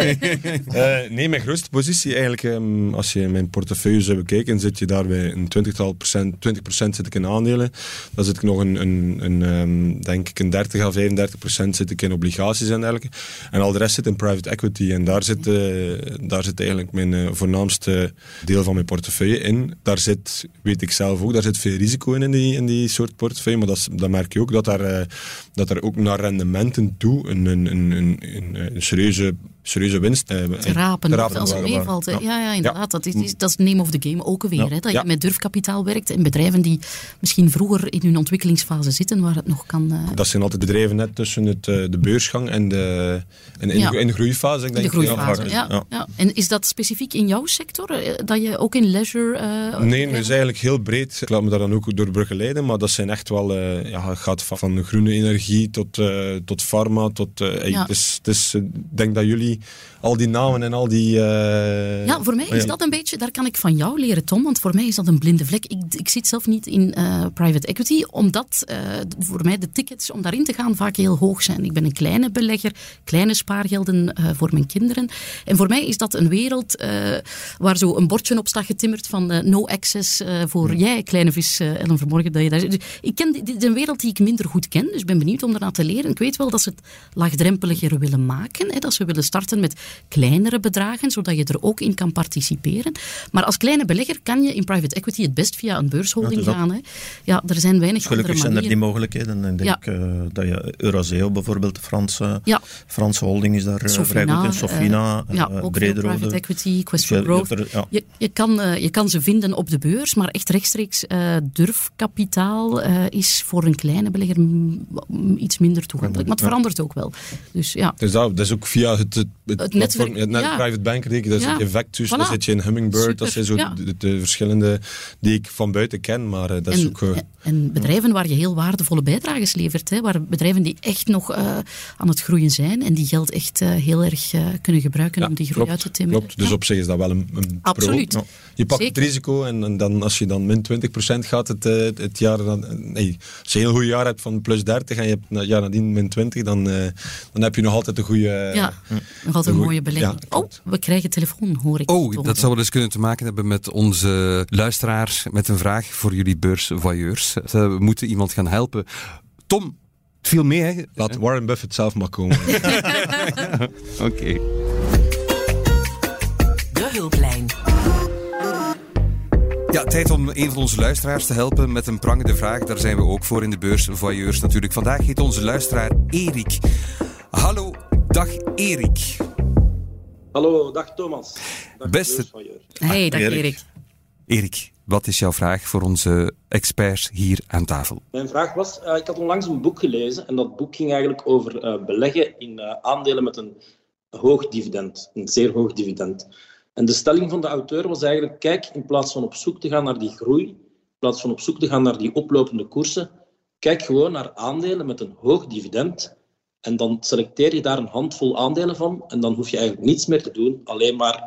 Nee, mijn grootste positie eigenlijk, als je mijn portefeuille zou bekijken, zit je daar bij een 20% zit ik in aandelen. Dan zit ik nog denk ik een 30 à 35% zit ik in obligaties en dergelijke. En al de rest zit in private equity. En daar zit eigenlijk mijn voornaamste deel van mijn portefeuille in. Daar zit, weet ik zelf ook, daar zit veel risico in die soort portefeuille. Maar dat merk je ook, dat er ook naar rendementen toe een serieuze serieuze winst te rapen als het meevalt. Ja, inderdaad. Dat is name of the game ook weer. Hè, dat je met durfkapitaal werkt en bedrijven die misschien vroeger in hun ontwikkelingsfase zitten, waar het nog kan... Dat zijn altijd bedrijven net tussen de beursgang en de groeifase. Ik denk. De groeifase, ja. En is dat specifiek in jouw sector? Dat je ook in leisure... Nee, het is eigenlijk heel breed. Ik laat me daar dan ook door begeleiden, maar dat zijn echt wel... het gaat van groene energie tot pharma, tot... Ik denk dat jullie al die namen en al die... voor mij is dat een beetje... Daar kan ik van jou leren, Tom, want voor mij is dat een blinde vlek. Ik zit zelf niet in private equity, omdat voor mij de tickets om daarin te gaan vaak heel hoog zijn. Ik ben een kleine belegger, kleine spaargelden voor mijn kinderen. En voor mij is dat een wereld waar zo een bordje op staat getimmerd van no access voor jij, kleine vis, Ellen Vermorgen, dat je daar zit. Dus ik ken een wereld die ik minder goed ken, dus ben benieuwd om daarna te leren. Ik weet wel dat ze het laagdrempeliger willen maken, dat ze willen starten met kleinere bedragen, zodat je er ook in kan participeren. Maar als kleine belegger kan je in private equity het best via een beursholding gaan. Hè. Ja, er zijn weinig andere manieren. Zijn er die mogelijkheden. Ik denk dat je Euraseo bijvoorbeeld, de Franse holding is daar vrij goed in. Sofina, ook Brederode. Private equity, Quest for Growth. Je kan ze vinden op de beurs, maar echt rechtstreeks durfkapitaal is voor een kleine belegger iets minder toegankelijk. Maar het verandert ook wel. Dus, dus dat is ook via het netwerk, private banker, dat is Invectus, daar zit je in Hummingbird, super, dat zijn zo de verschillende die ik van buiten ken, maar dat is ook... En bedrijven waar je heel waardevolle bijdrages levert, hè, waar bedrijven die echt nog aan het groeien zijn en die geld echt heel erg kunnen gebruiken om die groei uit te timmeren. Klopt, dus op zich is dat wel een absoluut. Pro. Je pakt het risico en dan, als je dan min 20% gaat het jaar, als je een heel goed jaar hebt van plus 30 en je hebt het jaar nadien min 20, dan heb je nog altijd een goede... nog altijd een mooie belegging. We krijgen telefoon, hoor ik. Dat zou wel eens kunnen te maken hebben met onze luisteraar met een vraag voor jullie beursvoyeurs. We moeten iemand gaan helpen. Tom, het viel mee, hè? Laat Warren Buffett zelf maar komen. Oké. De hulplijn. Ja, tijd om een van onze luisteraars te helpen met een prangende vraag. Daar zijn we ook voor in de beursvoyeurs natuurlijk. Vandaag heet onze luisteraar Erik. Hallo, dag Erik. Hallo, dag Thomas. Dag beste. Hey, dag Erik. Erik, wat is jouw vraag voor onze experts hier aan tafel? Mijn vraag was, ik had onlangs een boek gelezen en dat boek ging eigenlijk over beleggen in aandelen met een hoog dividend, een zeer hoog dividend. En de stelling van de auteur was eigenlijk, kijk, in plaats van op zoek te gaan naar die groei, in plaats van op zoek te gaan naar die oplopende koersen, kijk gewoon naar aandelen met een hoog dividend en dan selecteer je daar een handvol aandelen van en dan hoef je eigenlijk niets meer te doen, alleen maar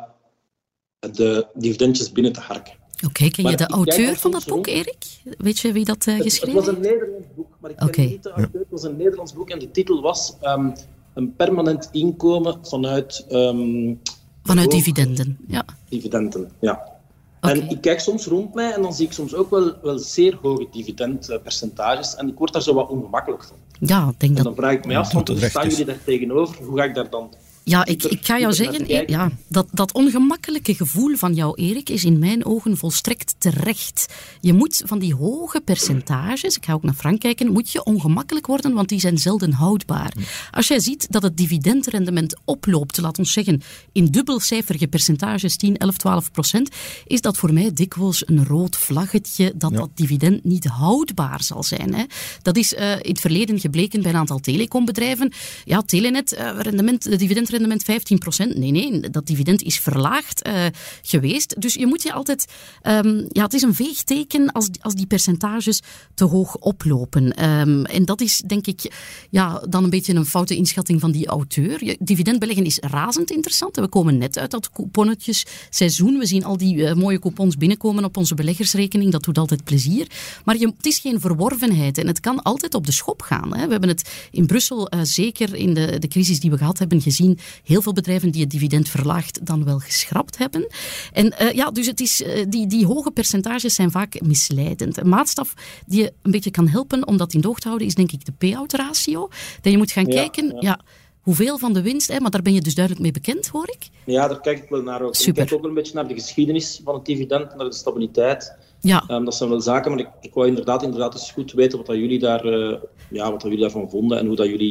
de dividendjes binnen te harken. Oké, ken je de auteur van dat boek, Erik? Weet je wie dat geschreven heeft? Het was een Nederlands boek, maar ik ken niet de auteur. Het was een Nederlands boek en de titel was een permanent inkomen vanuit... vanuit dividenden, ja. Dividenden, ja. Okay. En ik kijk soms rond mij en dan zie ik soms ook wel zeer hoge dividendpercentages en ik word daar zo wat ongemakkelijk van. Ja, ik denk dat... En dan vraag ik me af, hoe staan jullie daar tegenover? Hoe ga ik daar dan... Ja, ik ga jou zeggen, dat ongemakkelijke gevoel van jou, Erik, is in mijn ogen volstrekt terecht. Je moet van die hoge percentages, ik ga ook naar Frank kijken, moet je ongemakkelijk worden, want die zijn zelden houdbaar. Als jij ziet dat het dividendrendement oploopt, laat ons zeggen, in dubbelcijferige percentages, 10, 11, 12%, is dat voor mij dikwijls een rood vlaggetje dat dividend niet houdbaar zal zijn. Hè. Dat is in het verleden gebleken bij een aantal telecombedrijven. Ja, Telenet, de dividendrendement 15%. Nee, dat dividend is verlaagd geweest. Dus je moet je altijd... het is een veegteken als die percentages te hoog oplopen. En dat is, denk ik, dan een beetje een foute inschatting van die auteur. Dividendbeleggen is razend interessant. We komen net uit dat couponnetjesseizoen. We zien al die mooie coupons binnenkomen op onze beleggersrekening. Dat doet altijd plezier. Maar het is geen verworvenheid. En het kan altijd op de schop gaan. Hè. We hebben het in Brussel, zeker in de crisis die we gehad hebben, gezien. Heel veel bedrijven die het dividend verlaagd dan wel geschrapt hebben. En dus het is, die hoge percentages zijn vaak misleidend. Een maatstaf die je een beetje kan helpen om dat in de oog te houden is denk ik de payout ratio. Dat je moet gaan kijken... hoeveel van de winst, maar daar ben je dus duidelijk mee bekend, hoor ik? Ja, daar kijk ik wel naar ook. Super. Ik kijk ook wel een beetje naar de geschiedenis van het dividend, naar de stabiliteit. Ja. Dat zijn wel zaken, maar ik wou inderdaad eens goed weten wat jullie daarvan vonden en hoe dat jullie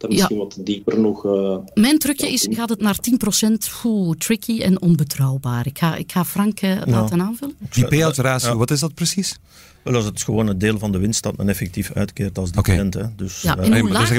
dat misschien wat dieper nog... Mijn trucje is, gaat het naar 10%? Tricky en onbetrouwbaar. Ik ga Frank laten aanvullen. Die payout ratio, wat is dat precies? Wel, als het gewoon een deel van de winst dat men effectief uitkeert als dividend. Hè. Dus, en hoe lager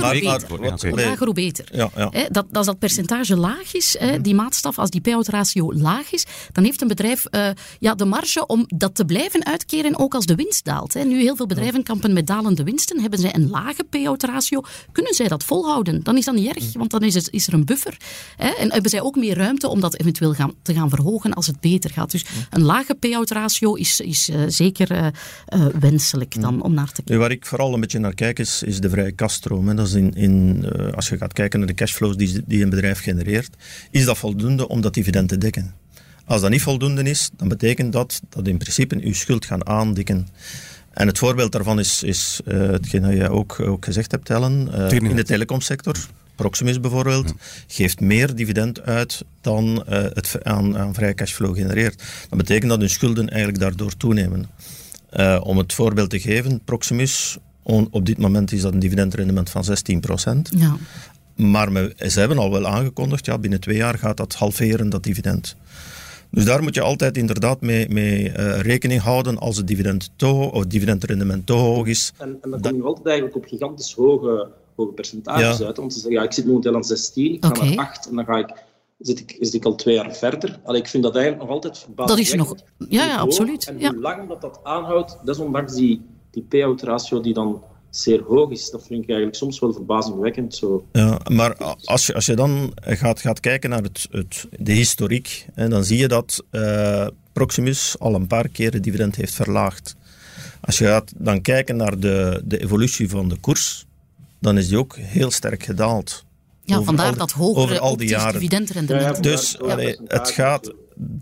hoe beter. Ja. Als dat percentage laag is, die maatstaf, als die payout ratio laag is, dan heeft een bedrijf de marge om dat te blijven uitkeren ook als de winst daalt. Hè. Nu heel veel bedrijven kampen met dalende winsten. Hebben zij een lage payout ratio, kunnen zij dat volhouden? Dan is dat niet erg, want dan is er een buffer. Hè. En hebben zij ook meer ruimte om dat eventueel te gaan verhogen als het beter gaat. Dus een lage payout ratio is zeker... wenselijk dan om naar te kijken. Nu, waar ik vooral een beetje naar kijk is de vrije kasstroom. Dat is als je gaat kijken naar de cashflows die een bedrijf genereert, is dat voldoende om dat dividend te dekken? Als dat niet voldoende is, dan betekent dat in principe uw schuld gaan aandikken. En het voorbeeld daarvan is hetgeen dat je ook gezegd hebt, Ellen, in de telecomsector. Proximus bijvoorbeeld geeft meer dividend uit dan het aan vrije cashflow genereert. Dat betekent dat hun schulden eigenlijk daardoor toenemen. Om het voorbeeld te geven, Proximus, op dit moment is dat een dividendrendement van 16%. Ja. Maar ze hebben al wel aangekondigd, binnen 2 jaar gaat dat halveren, dat dividend. Dus daar moet je altijd inderdaad mee rekening houden als het dividendrendement te hoog is. En dan kom je altijd eigenlijk op gigantisch hoge percentages uit. Want ze zeggen, ik zit momenteel aan 16, ik ga naar 8 en dan zit ik al 2 jaar verder. Ik vind dat eigenlijk nog altijd verbazingwekkend. Dat is nog... Ja, absoluut. En hoe lang dat aanhoudt, desondanks die payout ratio die dan zeer hoog is, dat vind ik eigenlijk soms wel verbazingwekkend. Zo. Ja, maar als je dan gaat kijken naar de historiek, dan zie je dat Proximus al een paar keer het dividend heeft verlaagd. Als je gaat dan kijken naar de evolutie van de koers, dan is die ook heel sterk gedaald. Ja, vandaar dat hogere dividendrendement. Dus het gaat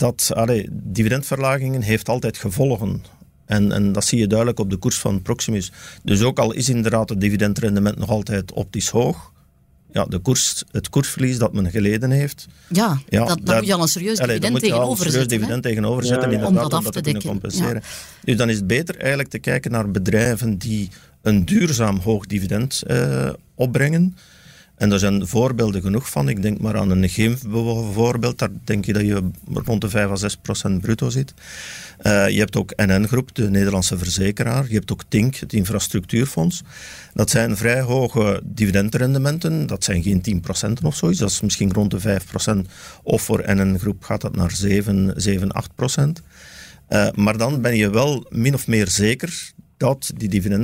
dividendverlagingen heeft altijd gevolgen. En dat zie je duidelijk op de koers van Proximus. Dus ook al is inderdaad het dividendrendement nog altijd optisch hoog, het koersverlies dat men geleden heeft... daar moet je al een serieus dividend tegenover zetten. Om dat te kunnen compenseren. Ja. Dus dan is het beter eigenlijk te kijken naar bedrijven die een duurzaam hoog dividend opbrengen. En er zijn voorbeelden genoeg van. Ik denk maar aan een GIMF bijvoorbeeld. Daar denk je dat je rond de 5-6% bruto zit. Je hebt ook NN Groep, de Nederlandse verzekeraar. Je hebt ook Tink, het infrastructuurfonds. Dat zijn vrij hoge dividendrendementen. Dat zijn geen 10% of zoiets. Dat is misschien rond de 5%. Of voor NN Groep gaat dat naar 7-8%. Maar dan ben je wel min of meer zeker dat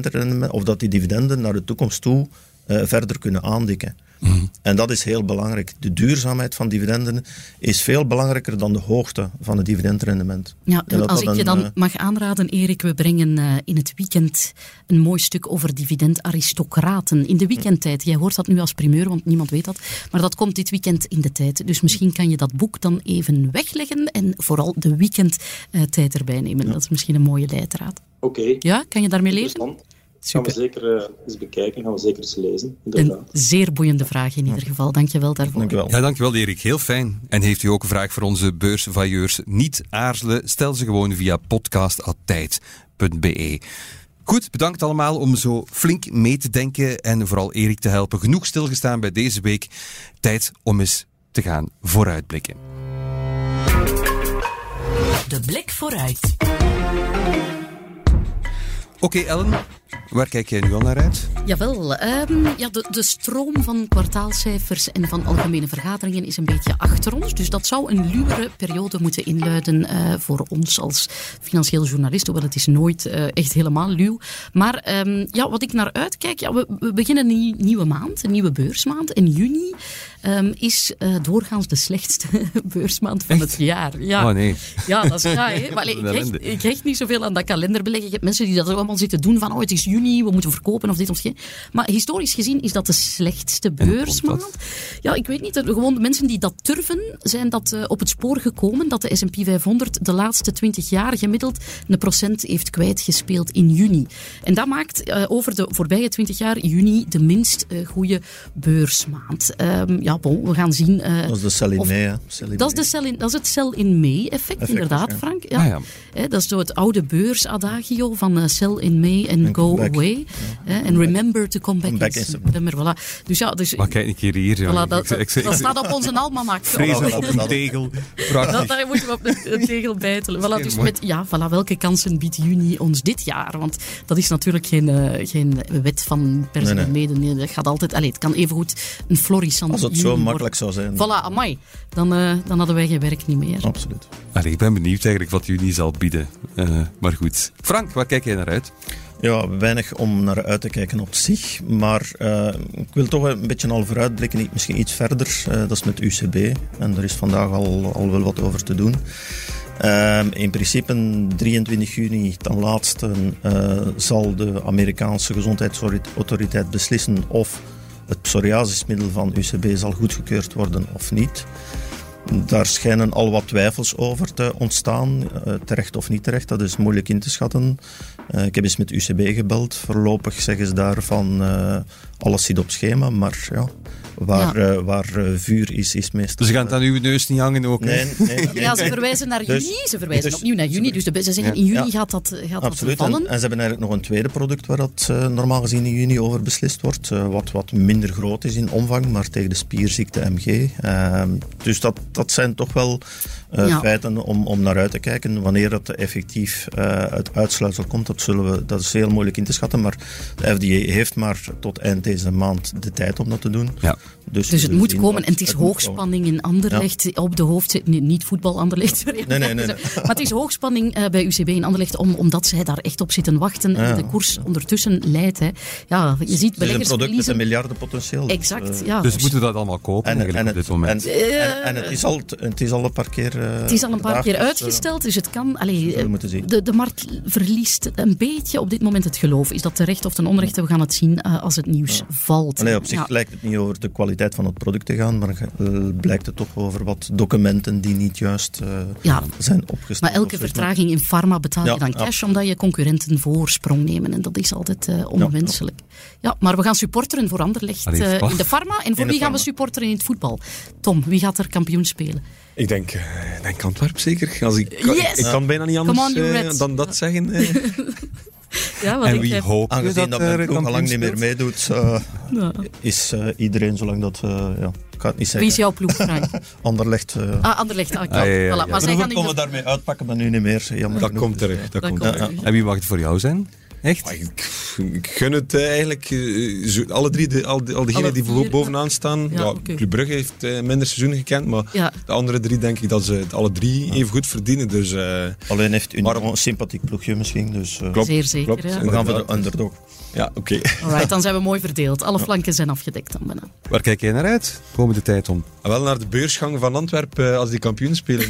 die dividenden naar de toekomst toe verder kunnen aandikken. En dat is heel belangrijk. De duurzaamheid van dividenden is veel belangrijker dan de hoogte van het dividendrendement. Ja, en als ik je dan mag aanraden, Erik, we brengen in het weekend een mooi stuk over dividendaristocraten. In de weekendtijd. Jij hoort dat nu als primeur, want niemand weet dat. Maar dat komt dit weekend in de tijd. Dus misschien kan je dat boek dan even wegleggen en vooral de weekendtijd erbij nemen. Dat is misschien een mooie leidraad. Oké. Ja, kan je daarmee lezen? Super. Gaan we zeker eens bekijken, gaan we zeker eens lezen. Inderdaad. Een zeer boeiende vraag in ieder geval. Dank je wel daarvoor. Dankjewel. Ja, dankjewel Erik. Heel fijn. En heeft u ook een vraag voor onze beursvailleurs? Niet aarzelen. Stel ze gewoon via podcast@tijd.be. Goed, bedankt allemaal om zo flink mee te denken en vooral Erik te helpen. Genoeg stilgestaan bij deze week. Tijd om eens te gaan vooruitblikken. De blik vooruit. Oké, Ellen, waar kijk jij nu al naar uit? Jawel, de stroom van kwartaalcijfers en van algemene vergaderingen is een beetje achter ons. Dus dat zou een luwere periode moeten inluiden voor ons als financieel journalist. Hoewel het is nooit echt helemaal luw. Maar wat ik naar uitkijk, we beginnen een nieuwe maand, een nieuwe beursmaand. En juni is doorgaans de slechtste beursmaand van het jaar. Ja. Oh nee. Ja, dat is gaaf, hè. Maar ik hecht niet zoveel aan dat kalenderbeleg. Ik heb mensen die dat allemaal zitten doen van het is juni, we moeten verkopen of dit of geen. Maar historisch gezien is dat de slechtste beursmaand. Ja, ik weet niet. Gewoon de mensen die dat durven, zijn dat op het spoor gekomen dat de S&P 500 de laatste 20 jaar gemiddeld 1% heeft kwijtgespeeld in juni. En dat maakt over de voorbije 20 jaar juni de minst goede beursmaand. we gaan zien. Dat is de sell in May, hè? Dat is het sell in May effect, inderdaad, ja. Frank. Ja. Dat is zo het oude beursadagio van sell in May and go away. En remember to come back in September. Voilà. Dus, maar kijk een keer hier. Ja. Voilà, dat staat op onze almanak. Vrezen op een tegel. Daar moeten we op een tegel bijtelen. Voilà, dus welke kansen biedt juni ons dit jaar? Want dat is natuurlijk geen wet van pers en mede. Nee, dat gaat altijd... het kan evengoed een florissant als het zo makkelijk zou zijn. Voilà, amai. Dan hadden wij geen werk niet meer. Absoluut. Ik ben benieuwd eigenlijk wat juni zal bieden. Maar goed. Frank, waar kijk jij naar uit? Ja, weinig om naar uit te kijken op zich. Maar ik wil toch een beetje al vooruitblikken, misschien iets verder. Dat is met UCB. En er is vandaag al wel wat over te doen. In principe 23 juni ten laatste zal de Amerikaanse gezondheidsautoriteit beslissen of het psoriasismiddel van UCB zal goedgekeurd worden of niet. Daar schijnen al wat twijfels over te ontstaan, terecht of niet terecht, dat is moeilijk in te schatten. Ik heb eens met UCB gebeld, voorlopig zeggen ze daar van alles zit op schema, maar ja, waar vuur is meestal... Dus ze gaan het aan uw neus niet hangen ook? Nee. Ja, ze verwijzen naar juni, ze verwijzen opnieuw naar juni, dus ze zeggen in juni gaat dat vallen. En ze hebben eigenlijk nog een tweede product waar dat normaal gezien in juni over beslist wordt, wat minder groot is in omvang, maar tegen de spierziekte MG. Dus dat zijn toch wel feiten om naar uit te kijken. Wanneer dat effectief het uitsluitsel komt, dat is heel moeilijk in te schatten, maar de FDA heeft maar tot eind deze maand de tijd om dat te doen. Ja. Dus het moet komen en het is hoogspanning in Anderlecht op de hoofd. Niet voetbal Anderlecht. Nee. Maar het is hoogspanning bij UCB in Anderlecht omdat zij daar echt op zitten wachten en de koers ondertussen leidt. Hè. Ja, je ziet beleggers het is een product met een miljardenpotentieel. Exact. Dus moeten we dat allemaal kopen op dit moment? En het is al een paar keer het is al een paar keer uitgesteld, dus het kan... De markt verliest een beetje op dit moment het geloof. Is dat terecht of ten onrechte? We gaan het zien als het nieuws valt. Op zich lijkt het niet over de kwaliteit van het product te gaan, maar blijkt het toch over wat documenten die niet juist zijn opgesteld. Maar elke vertraging in pharma betaal je dan cash, omdat je concurrenten voorsprong nemen. En dat is altijd onwenselijk. Ja, maar we gaan supporteren voor Anderlecht in de pharma. En voor wie gaan we supporteren in het voetbal? Tom, wie gaat er kampioen spelen? Ik denk Antwerpen zeker. Ik kan bijna niet anders dan dat zeggen. En wie hoopt aangezien dat mijn ploeg al lang niet meer meedoet, is iedereen zolang dat... ik ga het niet zeggen. Wie is jouw ploeg, Frank? Anderlecht. Anderlecht, voilà. Maar zij gaan komen we daarmee uitpakken, maar nu niet meer. Jammer dat komt terug. En wie mag het voor jou zijn? Echt? Ik gun het eigenlijk alle drie, al diegenen die bovenaan staan. Club Brugge heeft minder seizoenen gekend, maar de andere drie denk ik dat ze het alle drie even goed verdienen. Dus, alleen heeft Union een sympathiek ploegje misschien. Dus, klopt, zeer zeker. Klopt. Ja. We gaan voor de underdog. Ja, oké. Alright, dan zijn we mooi verdeeld. Alle flanken zijn afgedekt dan bijna. Waar kijk jij naar uit komende tijd om? Wel naar de beursgang van Antwerpen als die kampioen spelen.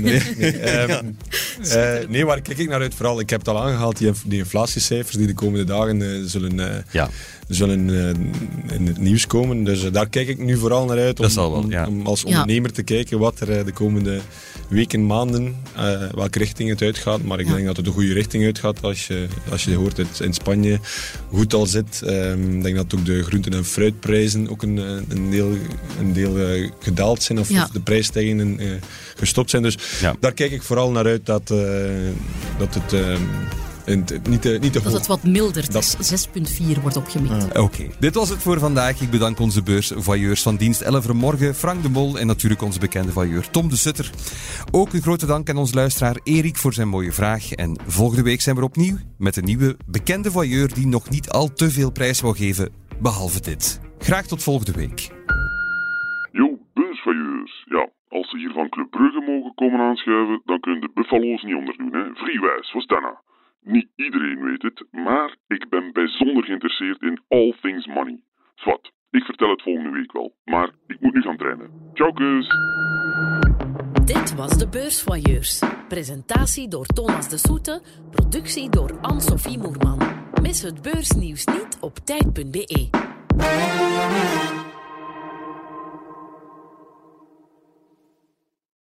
Nee, waar kijk ik naar uit? Vooral, ik heb het al aangehaald, die inflatiecijfers die de komende dagen zullen in het nieuws komen. Dus daar kijk ik nu vooral naar uit om als ondernemer te kijken wat er de komende weken, maanden, welke richting het uitgaat. Maar ik denk dat het de goede richting uitgaat als je hoort dat in Spanje goed al zit. Ik denk dat ook de groenten- en fruitprijzen ook een deel gedaald zijn of de prijsstijgingen gestopt zijn. Dus daar kijk ik vooral naar uit dat het... niet te hoog. Dat het wat milder, 6,4 wordt opgemikt. Oké. Dit was het voor vandaag. Ik bedank onze beursvoyeurs van dienst 11 morgen, Frank de Mol en natuurlijk onze bekende voyeur Tom de Sutter. Ook een grote dank aan onze luisteraar Erik voor zijn mooie vraag. En volgende week zijn we opnieuw met een nieuwe bekende voyeur die nog niet al te veel prijs wou geven, behalve dit. Graag tot volgende week. Yo, beursvoyeurs. Ja, als ze hier van Club Brugge mogen komen aanschuiven, dan kunnen de Buffalo's niet onderdoen, hè. Vriewijs, wat is dat nou? Niet iedereen weet het, maar ik ben bijzonder geïnteresseerd in all things money. Zwat, ik vertel het volgende week wel, maar ik moet nu gaan trainen. Ciao, kus! Dit was de Beursvoyeurs. Presentatie door Thomas de Soete, productie door Anne-Sophie Moerman. Mis het beursnieuws niet op tijd.be.